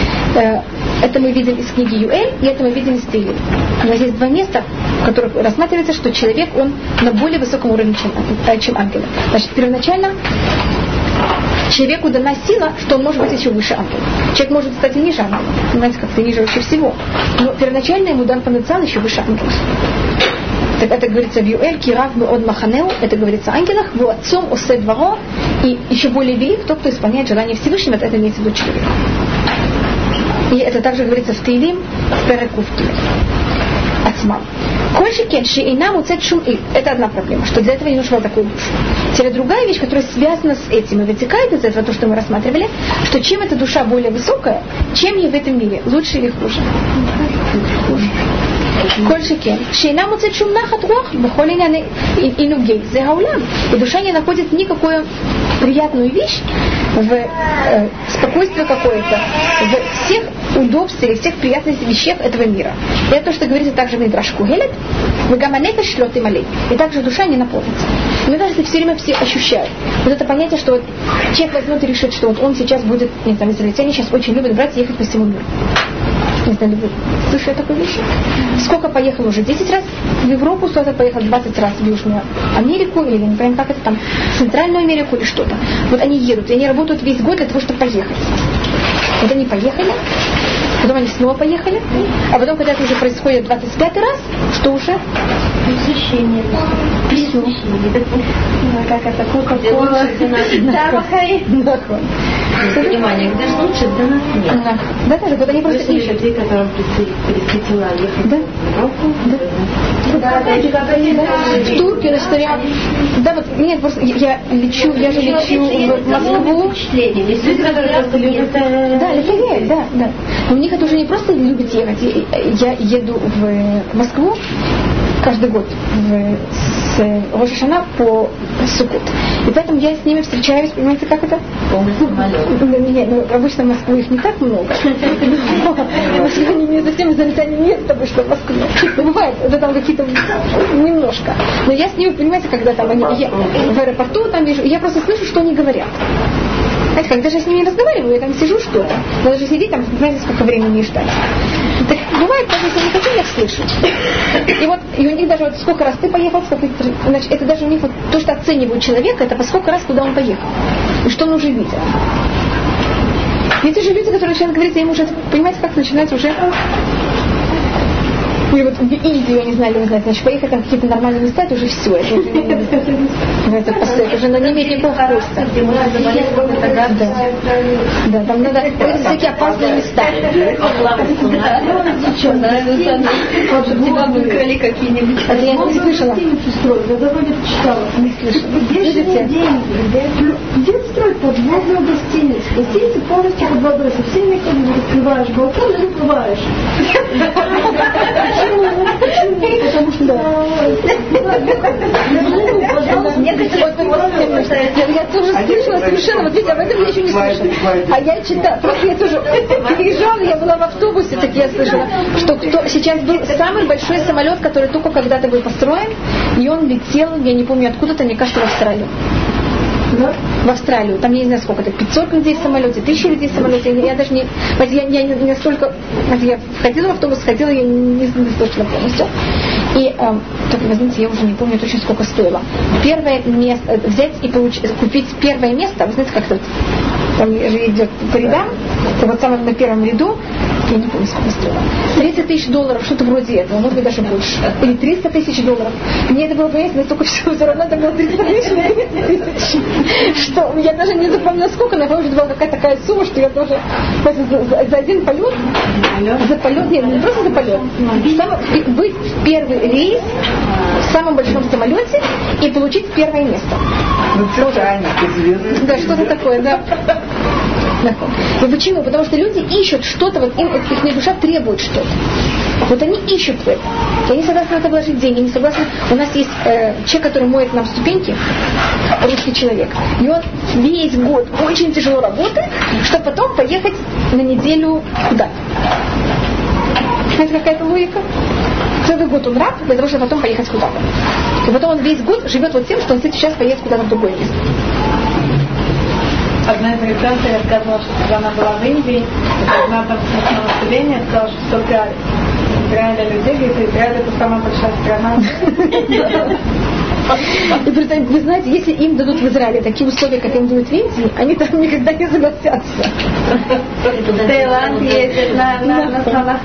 Это мы видим из книги Юэль, и это мы видим из Теилим. Но есть два места, в которых рассматривается, что человек, он на более высоком уровне, чем, чем ангелы. Значит, первоначально человеку дана сила, что он может быть еще выше ангела. Человек может стать и ниже ангела. Понимаете, как-то ниже вообще всего. Но первоначально ему дан потенциал еще выше ангела. Так это говорится в Юэль, Кирав меод маханеу, это говорится о ангелах, в отцом осе дворо, и еще более велик тот, кто исполняет желание Всевышнего, это имеется в виду человек. И это также говорится в Теилим, в Перекувке. Ацмам. Кольшикен, шиина муцет шум и. Это одна проблема, что для этого не нужно такую душу. Теперь другая вещь, которая связана с этим и вытекает из этого, то, что мы рассматривали, что чем эта душа более высокая, чем ей в этом мире, лучше или хуже. Хуже. כל שכן, שאינה מוצאת שום נחת רוח בכל עניין עינוגי, זה העולם. И душа не находит никакую приятную вещь в э, спокойствии какое-то, в всех удобствах, всех приятных вещах этого мира. И это то, что говорится также в Мидраш Кугелет, «Вегаманека шлет и малей». И также душа не наполнится. Мне кажется, все время все ощущают. Вот это понятие, что вот человек возьмет и решит, что вот он сейчас будет, не знаю, израильтяне сейчас очень любят брать и ехать по всему миру. Не знаю, вы слышали такую вещь? Сколько поехал уже? десять раз в Европу, кто-то поехал двадцать раз в Южную Америку, или не помню, как это там, в Центральную Америку или что-то. Вот они едут, и они работают весь год для того, чтобы поехать. Вот они поехали, потом они снова поехали, а потом, когда это уже происходит двадцать пятый раз, что уже? Пресыщение. Пресыщение. Как это? Кока-кола. Запахай. Внимание, где же лучше, для нас нет. Да, да, да, вот они просто ищут. Людей, которым предпочитала ехать да. в Европу. Да. Да, да, в Турцию, значит, я... Да, вот, нет, просто я лечу, я же лечу в Москву. Есть люди, которые просто любят... Да, летають, да, да. Но у них это уже не просто любят ехать. Я еду в Москву каждый год в, с Рош ха-Шана по Суккот. И поэтому я с ними встречаюсь, понимаете, как это? Нет, ну, обычно в Москву их не так много. В Москве они не совсем израильтяне нет, потому что в Москве. Бывает, это там какие-то немножко. Но я с ними, понимаете, когда там они, я в аэропорту там вижу, я просто слышу, что они говорят. Знаете, когда же я с ними разговариваю, я там сижу что-то. Надо же сидеть там, знаете, сколько времени ждать. Так бывает, даже если я не хочу, я слышу. И вот, и у них даже вот сколько раз ты поехал, сколько, значит, это даже у них вот то, что оценивают человека, это по сколько раз, куда он поехал. И что он уже видел. И эти же люди, которые начинают говорить, им уже, понимаете, как начинается уже... Или вот в Индию, я не знаю, или вы знаете, значит, поехать там в какие-то нормальные места, это уже все. Это уже не... Это постоянно, уже не имеет никакого вкуса. Да. Да, там надо... Это всякие опасные места. Вот чтобы тебя выкрали какие-нибудь. Это я не слышала. Я давно где-то читала. Не слышала. Где же деньги? Где строить подводную гостиницу? Гостиница полностью под водой. Со всеми как-нибудь открываешь балкон и выплываешь. Почему? Потому что... слышно. Я тоже слышала совершенно, вот видите, об этом я еще не слышала. А я читала, просто я тоже приезжала, я была в автобусе, так я слышала, что кто, сейчас был самый большой самолет, который только когда-то был построен, и он летел, я не помню откуда-то, мне кажется, в Австралию. В Австралию, там я не знаю сколько это, пятьсот людей в самолете, тысяча людей в самолете, я, я даже не, я, я не, не настолько, я входила в автобус, ходила, я не, не слышала полностью. И, э, только возьмите, я уже не помню точно сколько стоило. Первое место, взять и получ, купить первое место, вы знаете, как тут, там же идет по рядам, вот самое на первом ряду, я не помню, сколько стоило. тридцать тысяч долларов, что-то вроде этого, может быть, даже больше. Или триста тысяч долларов. Мне это было, понимаете, настолько все, все равно это было триста тысяч. Что, я даже не запомнила сколько, но я помню, что была какая-то такая сумма, что я тоже за, за, за один полет, за полет, нет, не просто за полет, сам, быть в первый рейс в самом большом самолете и получить первое место. Ну, Титаник, известный. Да, что-то такое, да. И почему? Потому что люди ищут что-то, вот им, их душа требует что-то. Вот они ищут это. Я не согласна на это вложить деньги, не согласна. У нас есть э, человек, который моет нам ступеньки, русский человек. И он весь год очень тяжело работает, чтобы потом поехать на неделю куда-то. Знаете, какая-то логика? Целый год он раб, для того, чтобы потом поехать куда-то. И потом он весь год живет вот тем, что он сейчас поедет куда-то в другое место. Одна из американцев рассказывала, что когда она была в Индии, одна там на население сказала, что столько Израиля людей, говорит, Израиль это самая большая страна. И представьте, вы знаете, если им дадут в Израиле такие условия, как им дают в Индии, они там никогда не согласятся. В Таиланд ездят на слонах.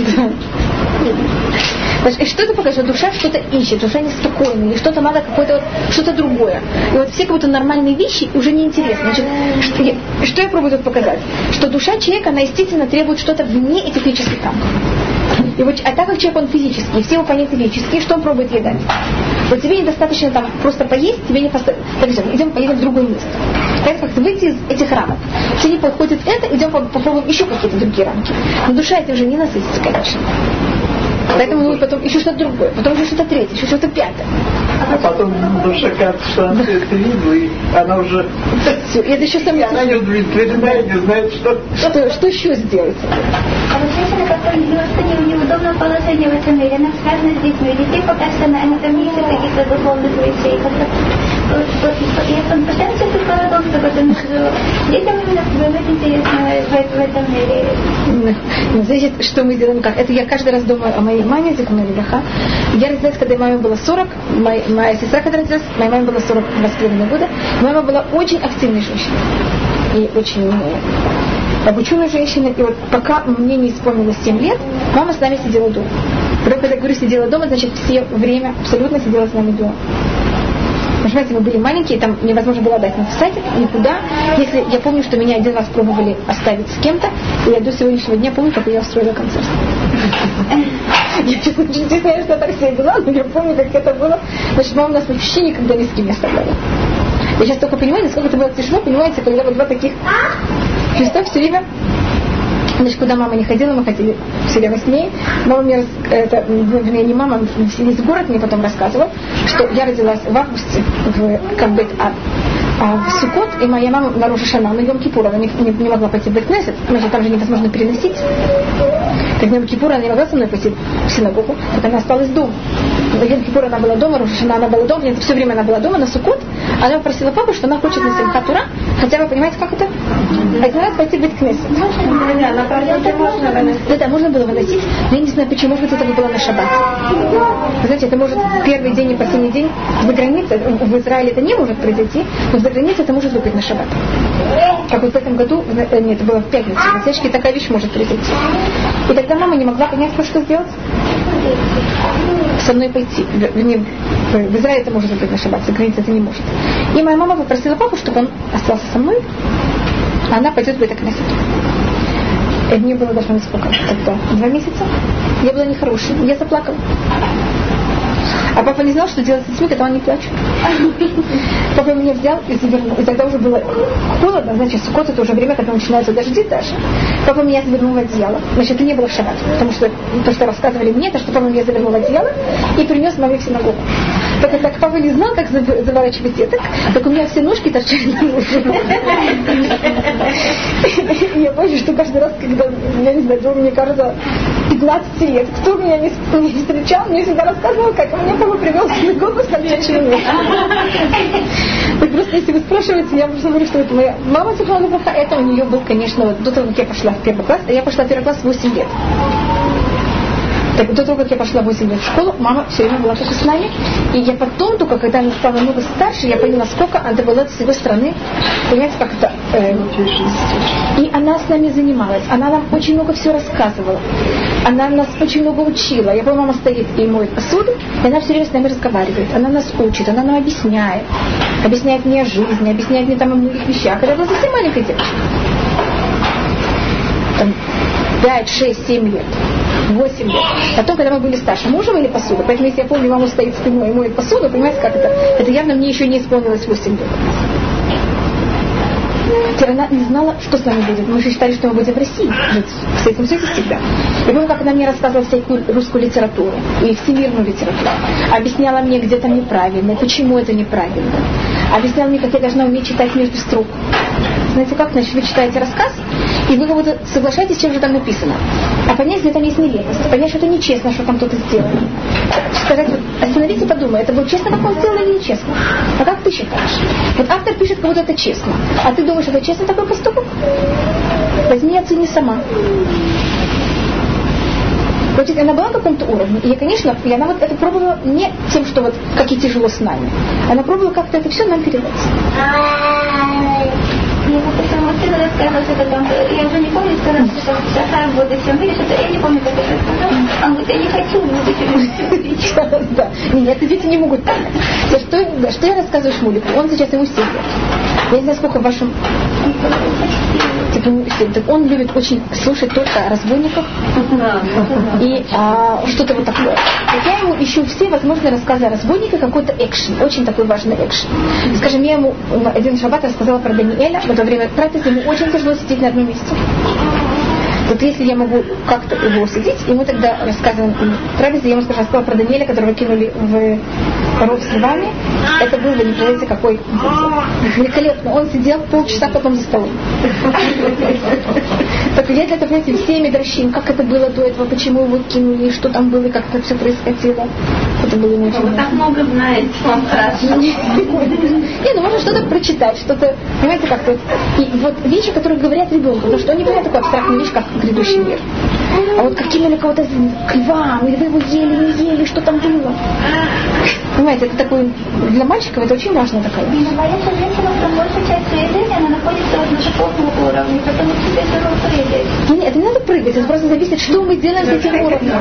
И что это покажет? Душа что-то ищет, душа неспокойная, и что-то надо какое-то вот, что-то другое. И вот все как будто нормальные вещи уже неинтересны. Значит, что, я, что я пробую тут показать? Что душа человека, она естественно требует что-то вне этих физических рамков. И вот, а так как человек, он физический, все его понятия физические, что он пробует ей дать? Вот тебе недостаточно там просто поесть, тебе не поставить. Так, идем поедем в другое место. Это как-то выйти из этих рамок. Если не подходит это, идем попробуем еще какие-то другие рамки. Но душа этим уже не насытится, конечно. Поэтому нужно потом еще что-то другое, потом еще что-то третье, еще что-то пятое. А потом душа кажется, что она все это видела, и она уже... Все, и это еще самое... Она не удовлетворена, не знает, что... Что, что еще сделать? А вот женщина, которая просто не в неудобном положении в этом мире, она связана с детьми. Детей пока что она не там ищет каких-то духовных вещей. Вот, вот, я постоянно чувствую парадокс, который между детям именно быть интересно в этом мире. Значит, что мы делаем как? Это я каждый раз думаю о моей маме, Зихану Левраха. Я родилась, когда маме было сорок, моя, моя сестра, когда родилась, моей маме было сорок два с половиной года. Моя мама была очень активной женщиной. И очень обученной женщиной. И вот пока мне не исполнилось семь лет, мама с нами сидела дома. Когда я говорю сидела дома, значит все время абсолютно сидела с нами дома. Понимаете, мы были маленькие, там невозможно было отдать нас в садик, никуда. Если я помню, что меня один раз пробовали оставить с кем-то, и я до сегодняшнего дня помню, как я устроила концерт. Я очень не знаю, что так себя вела, но я помню, как это было. Значит, мама нас вообще никогда ни с кем не оставляла. Я сейчас только понимаю, насколько это было тяжело, понимаете, когда вот два таких Христа все время. Значит, куда мама не ходила, мы ходили все время с ней. Мама мне, это, вернее, не мама, весь город мне потом рассказывал, что я родилась в августе, в, как бы, а, а в Суккот, и моя мама на Рош ха-Шана, на Йом-Кипур, она не, не, не могла пойти в Бет-Кнесет, значит, там же невозможно переносить. Так на Йом-Кипур она не могла со мной пойти в синагогу, так она осталась дома. На Йом-Кипур она была дома, Рош ха-Шана она была дома, все время она была дома, на Суккот. Она попросила папу, что она хочет на Симхат Тора, хотя вы понимаете, как это? Один раз пойти в Бет-Кнесет. Да, да, можно было выносить, но я не знаю почему, может быть, это было на шаббат. Вы знаете, это может первый день и последний день за границей, в Израиле это не может произойти, но за границей это может быть на шаббат. Как вот в этом году, нет, это было в пятницу, в Сечке такая вещь может произойти. И тогда мама не могла понять, что сделать. Со мной пойти. Вернее, в Израиле это может быть на шаббат, за границей это не может. И моя мама попросила папу, чтобы он остался со мной, а она пойдет в Бет-Кнесет. И мне было даже сколько тогда? Два месяца. Я была нехорошей. Я заплакала. А папа не знал, что делать с детьми, когда он не плачет. Папа меня взял и завернул. И тогда уже было холодно, значит, Суккот это уже время, когда начинаются дожди даже. Папа меня завернул в одеяло. Значит, это не было в шаббат. Потому что то, что рассказывали мне, это что папа меня завернул в одеяло и принес маме в синагогу. Так, так папа не знал, как заворачивать сеток, так у меня все ножки торчали наружу. Я помню, что каждый раз, когда, я не знаю, мне кажется, пятнадцать лет, кто меня не встречал, мне всегда рассказывал, как меня папа привел в синагогу с торчащими ножками. Так просто, если вы спрашиваете, я просто говорю, что это моя мама Сухана Браха, это у нее был, конечно, вот, до того, как я пошла в первый класс, а я пошла в первый класс в восемь лет. Так, до того, как я пошла восемь лет в школу, мама все время была только с нами. И я потом, только когда она стала много старше, я поняла, сколько она была с его стороны. Понимаете, как это? Э, и она с нами занималась. Она нам очень много всего рассказывала. Она нас очень много учила. Я помню, мама стоит и моет посуду, и она все время с нами разговаривает. Она нас учит, она нам объясняет. Объясняет мне о жизни, объясняет мне там о многих вещах. Когда я была совсем маленькая девочка. Там пять, шесть, семь лет. восемь лет. Потом, когда мы были старше, мы уже мыли посуду. Поэтому, если я помню, мама стоит спиной и моет посуду, понимаете, как это? Это явно мне еще не исполнилось восемь лет. Теперь она не знала, что с нами будет. Мы же считали, что мы будем в России жить, с этим жить всегда. Я помню, как она мне рассказывала всякую русскую литературу и всемирную литературу. Объясняла мне, где там неправильно, почему это неправильно. Объясняла мне, как я должна уметь читать между строк. Знаете как? Значит, вы читаете рассказ, и вы как будто соглашаетесь с чем же там написано. А понять, где там есть нелепость. Понять, что это нечестно, что там кто-то сделал. Сказать, вот, остановись и подумай, это было честно, как он сделал, или нечестно? А как ты считаешь? Вот автор пишет, как будто это честно. А ты думаешь, это честно такой поступок? Возьми и оцени сама. Вот она была на каком-то уровне. И, конечно, и она вот это пробовала не тем, что вот как и тяжело с нами. Она пробовала как-то это все нам передать. Я по-своему сыну рассказывала, что там, я уже не помню, сказала, что Сахар будет все видишь, это я не помню, как это сказал. Он говорит, я не хочу, буду да. Нет, дети не могут понять. Что, что я рассказываю Шмулику? Он сейчас ему семь лет. Я не знаю, сколько в вашем... Так он любит очень слушать только о разбойниках и а, что-то вот такое. Так я ему ищу все возможные рассказы о разбойнике, какой-то экшен, очень такой важный экшен. Скажем, я ему один шаббат рассказала про Даниэля, во время трапезы ему очень тяжело сидеть на одном месте. Вот если я могу как-то его усадить, и мы тогда рассказываем в трапезе, я ему скажу, рассказала про Даниэля, которого кинули в ров с львами. Это было, не представляете, какой великолепно. Он сидел полчаса потом за столом. Так я для этого, понимаете, всеми дрощим, как это было до этого, почему его кинули, что там было, как это все происходило. Это было не очень. Вы так много знаете, вам хорошо. Не, ну можно что-то прочитать, что-то, понимаете, как-то. И вот вещи, которые говорят ребенку, потому что он не говорят такую абстрактную вещь, как грядущий мир. А вот как кинули кого-то к львам, или вы его ели, не ели, что там было. Понимаете, это такой, для мальчиков это очень важно такая вещь. Но моя женщина, что большая часть своей жизни, она находится вот на животном уровне, потому что здесь надо прыгать. Ну, нет, это не надо прыгать, это просто зависит, что мы делаем с этим уровнем.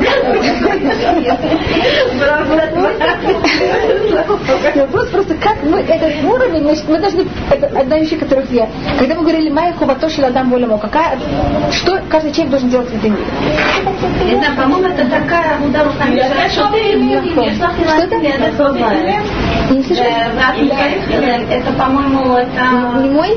Вопрос просто, как мы этот уровень, значит, мы должны, это одна вещь, которых я, когда мы говорили «Майя хуватоши ладам волямо», какая, что каждый человек должен делать в этом мире? Не знаю, по-моему, это такая удару на меня, что ты не Что-то? Не слышу? Это, по-моему, это... Не мой?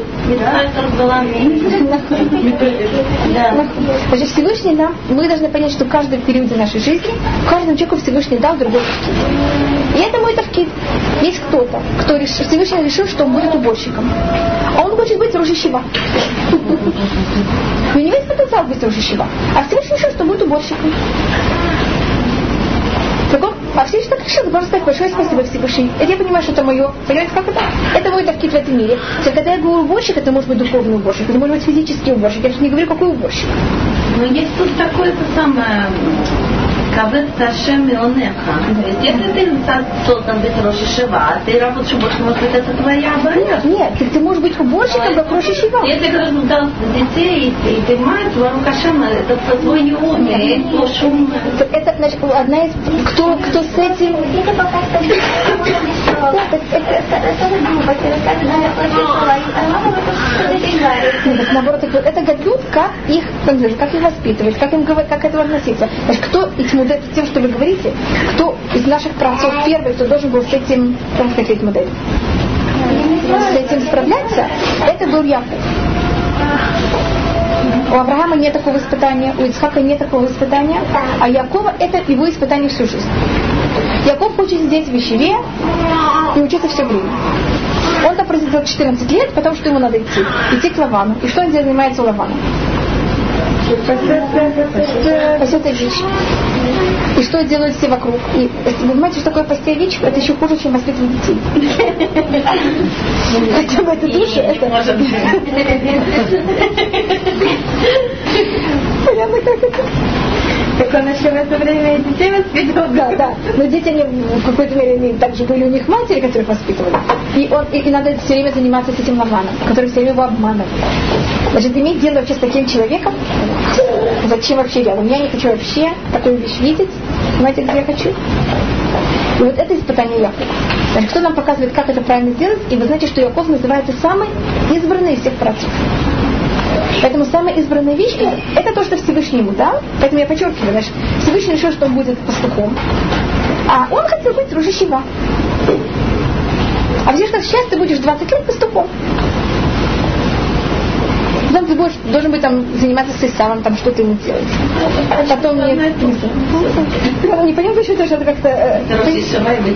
Значит, Всевышний нам, мы должны понять, что в каждом периоде нашей жизни, каждому человеку Всевышний дал другой тафкид. И это мой тафкид. Есть кто-то, кто решил, Всевышний решил, что он будет уборщиком. А он хочет быть Рош ешива. У него есть потенциал быть Рош ешива. А Всевышний решил, что будет уборщиком. Так он, а Всевышний так решил, можно сказать большое спасибо Всевышний. Это я понимаю, что это мое, понимаете, как это? Это мой тафкид в этом мире. Когда я говорю уборщик, это может быть духовный уборщик, это может быть физический уборщик. Я же не говорю, какой уборщик. Но есть тут такое-то самое... Кавет Сашем Мионеха. Если ты создан быть Рош ешива, ты работаешь уборщиком, может быть, это твоя оборот? Нет, ты, ты можешь быть уборщиком, как Рош ешива. Если ты дал детей, и ты мать, Барух Ашем, это твой неумный, твой шум. Это, значит, одна из... Кто, кто с этим... Это пока что это тоже глупо, ты рассказываешь, а мама Нет, наоборот, это гадlut, как их, как их воспитывать, как им как к этому относиться. Значит, кто этим с тем, что вы говорите, кто из наших праотцов первый, кто должен был с этим, как сказать, модель, с этим справляться, это был Яков. У Авраама нет такого испытания, у Ицхака нет такого испытания, а Якова это его испытание всю жизнь. Яков хочет сидеть в Ешиве и учиться все время. Он там просидел четырнадцать лет, потому что ему надо идти. Идти к Лавану. И что он занимается у Лавана? Пасет овечек. И что делают все вокруг? И вы понимаете, что такое пасти овечек? Это еще хуже, чем воспитывать детей. Хотя бы это душа, это... Понятно, как это? Так он еще в это время и детей воспитывал. Да, да. Но дети, они в какой-то мере также были у них матери, которых воспитывали. И, он, и, и надо все время заниматься с этим Лаваном, который все время его обманывает. Значит, иметь дело вообще с таким человеком, зачем вообще рядом? Я не хочу вообще такую вещь видеть. Понимаете, где я хочу? И вот это испытание Якова. Значит, кто нам показывает, как это правильно сделать? И вы знаете, что Яков называется самый избранный из всех працев. Поэтому самая избранная вещь – это то, что Всевышний ему дал. Поэтому я подчеркиваю, значит, Всевышний решил, что он будет пастухом. А он хотел быть Рош Ешива. А где что сейчас ты будешь двадцать лет пастухом? Потом ты будешь, должен быть там заниматься с Исавом, там что-то ему делать. Потом мне... Не, не понял, почему тоже это как-то... Рош Ешива и быть.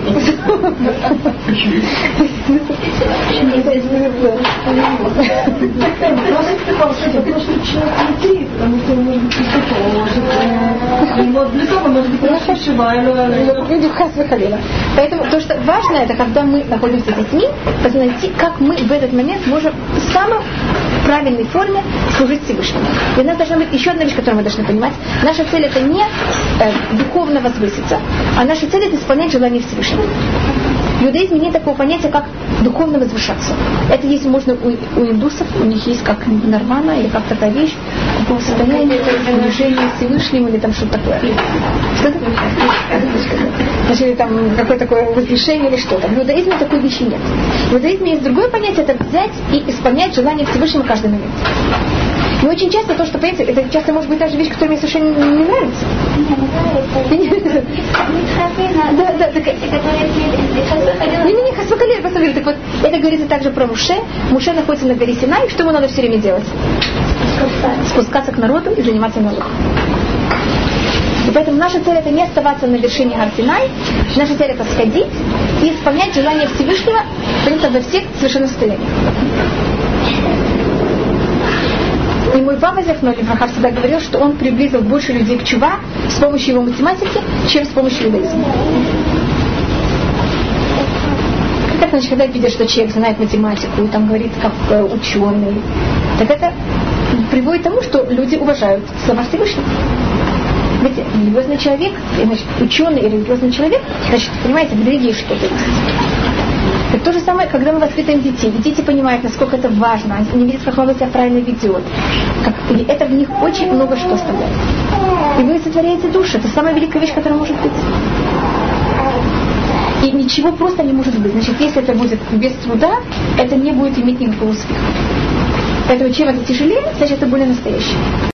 Потому что человек внутри, потому что он может быть пастухом, может его отвлекало, может быть Рош Ешива, люди хас выхалила. Поэтому то, что важно, это когда мы находимся с детьми, это найти, как мы в этот момент можем в самой правильной форме служить Всевышнему. И у нас должна быть еще одна вещь, которую мы должны понимать. Наша цель это не э, духовно возвыситься, а наша цель это исполнять желание Всевышнего. В иудаизме нет такого понятия, как духовно возвышаться. Это если можно у, у индусов, у них есть как нирвана или как такая вещь, такое состояние, движение Всевышнему или там что-то такое. Что это? Значит, или там какое-то такое возвышение или что-то. В иудаизме такой вещи нет. В иудаизме есть другое понятие, это взять и исполнять желание Всевышнего каждый момент. И очень часто то, что, понимаете, это часто может быть даже вещь, которая мне совершенно не нравится. Да, да, так... Не, не, не, хасвакале, я просто говорю, так вот, это говорится также про Муше. Муше находится на горе Синай, что ему надо все время делать? Спускаться к народу и заниматься народом. И поэтому наша цель это не оставаться на вершине гор Синай, наша цель это сходить и исполнять желание Всевышнего, принято во всех совершенно состояниях. И мой папа Зехноли Браха всегда говорил, что он приблизил больше людей к чува с помощью его математики, чем с помощью иудаизма. Так, значит, когда видишь, что человек знает математику и там говорит как э, ученый, так это приводит к тому, что люди уважают слова Всевышнего. Видите, религиозный человек, значит, ученый и религиозный человек, значит, понимаете, в религии что-то есть. Так то же самое, когда мы воспитываем детей. И дети понимают, насколько это важно. Они видят, как мама себя правильно ведет. Как, и это в них очень много что оставляет. И вы сотворяете души. Это самая великая вещь, которая может быть. И ничего просто не может быть. Значит, если это будет без труда, это не будет иметь никакого успеха. Поэтому чем это тяжелее, значит, это более настоящее.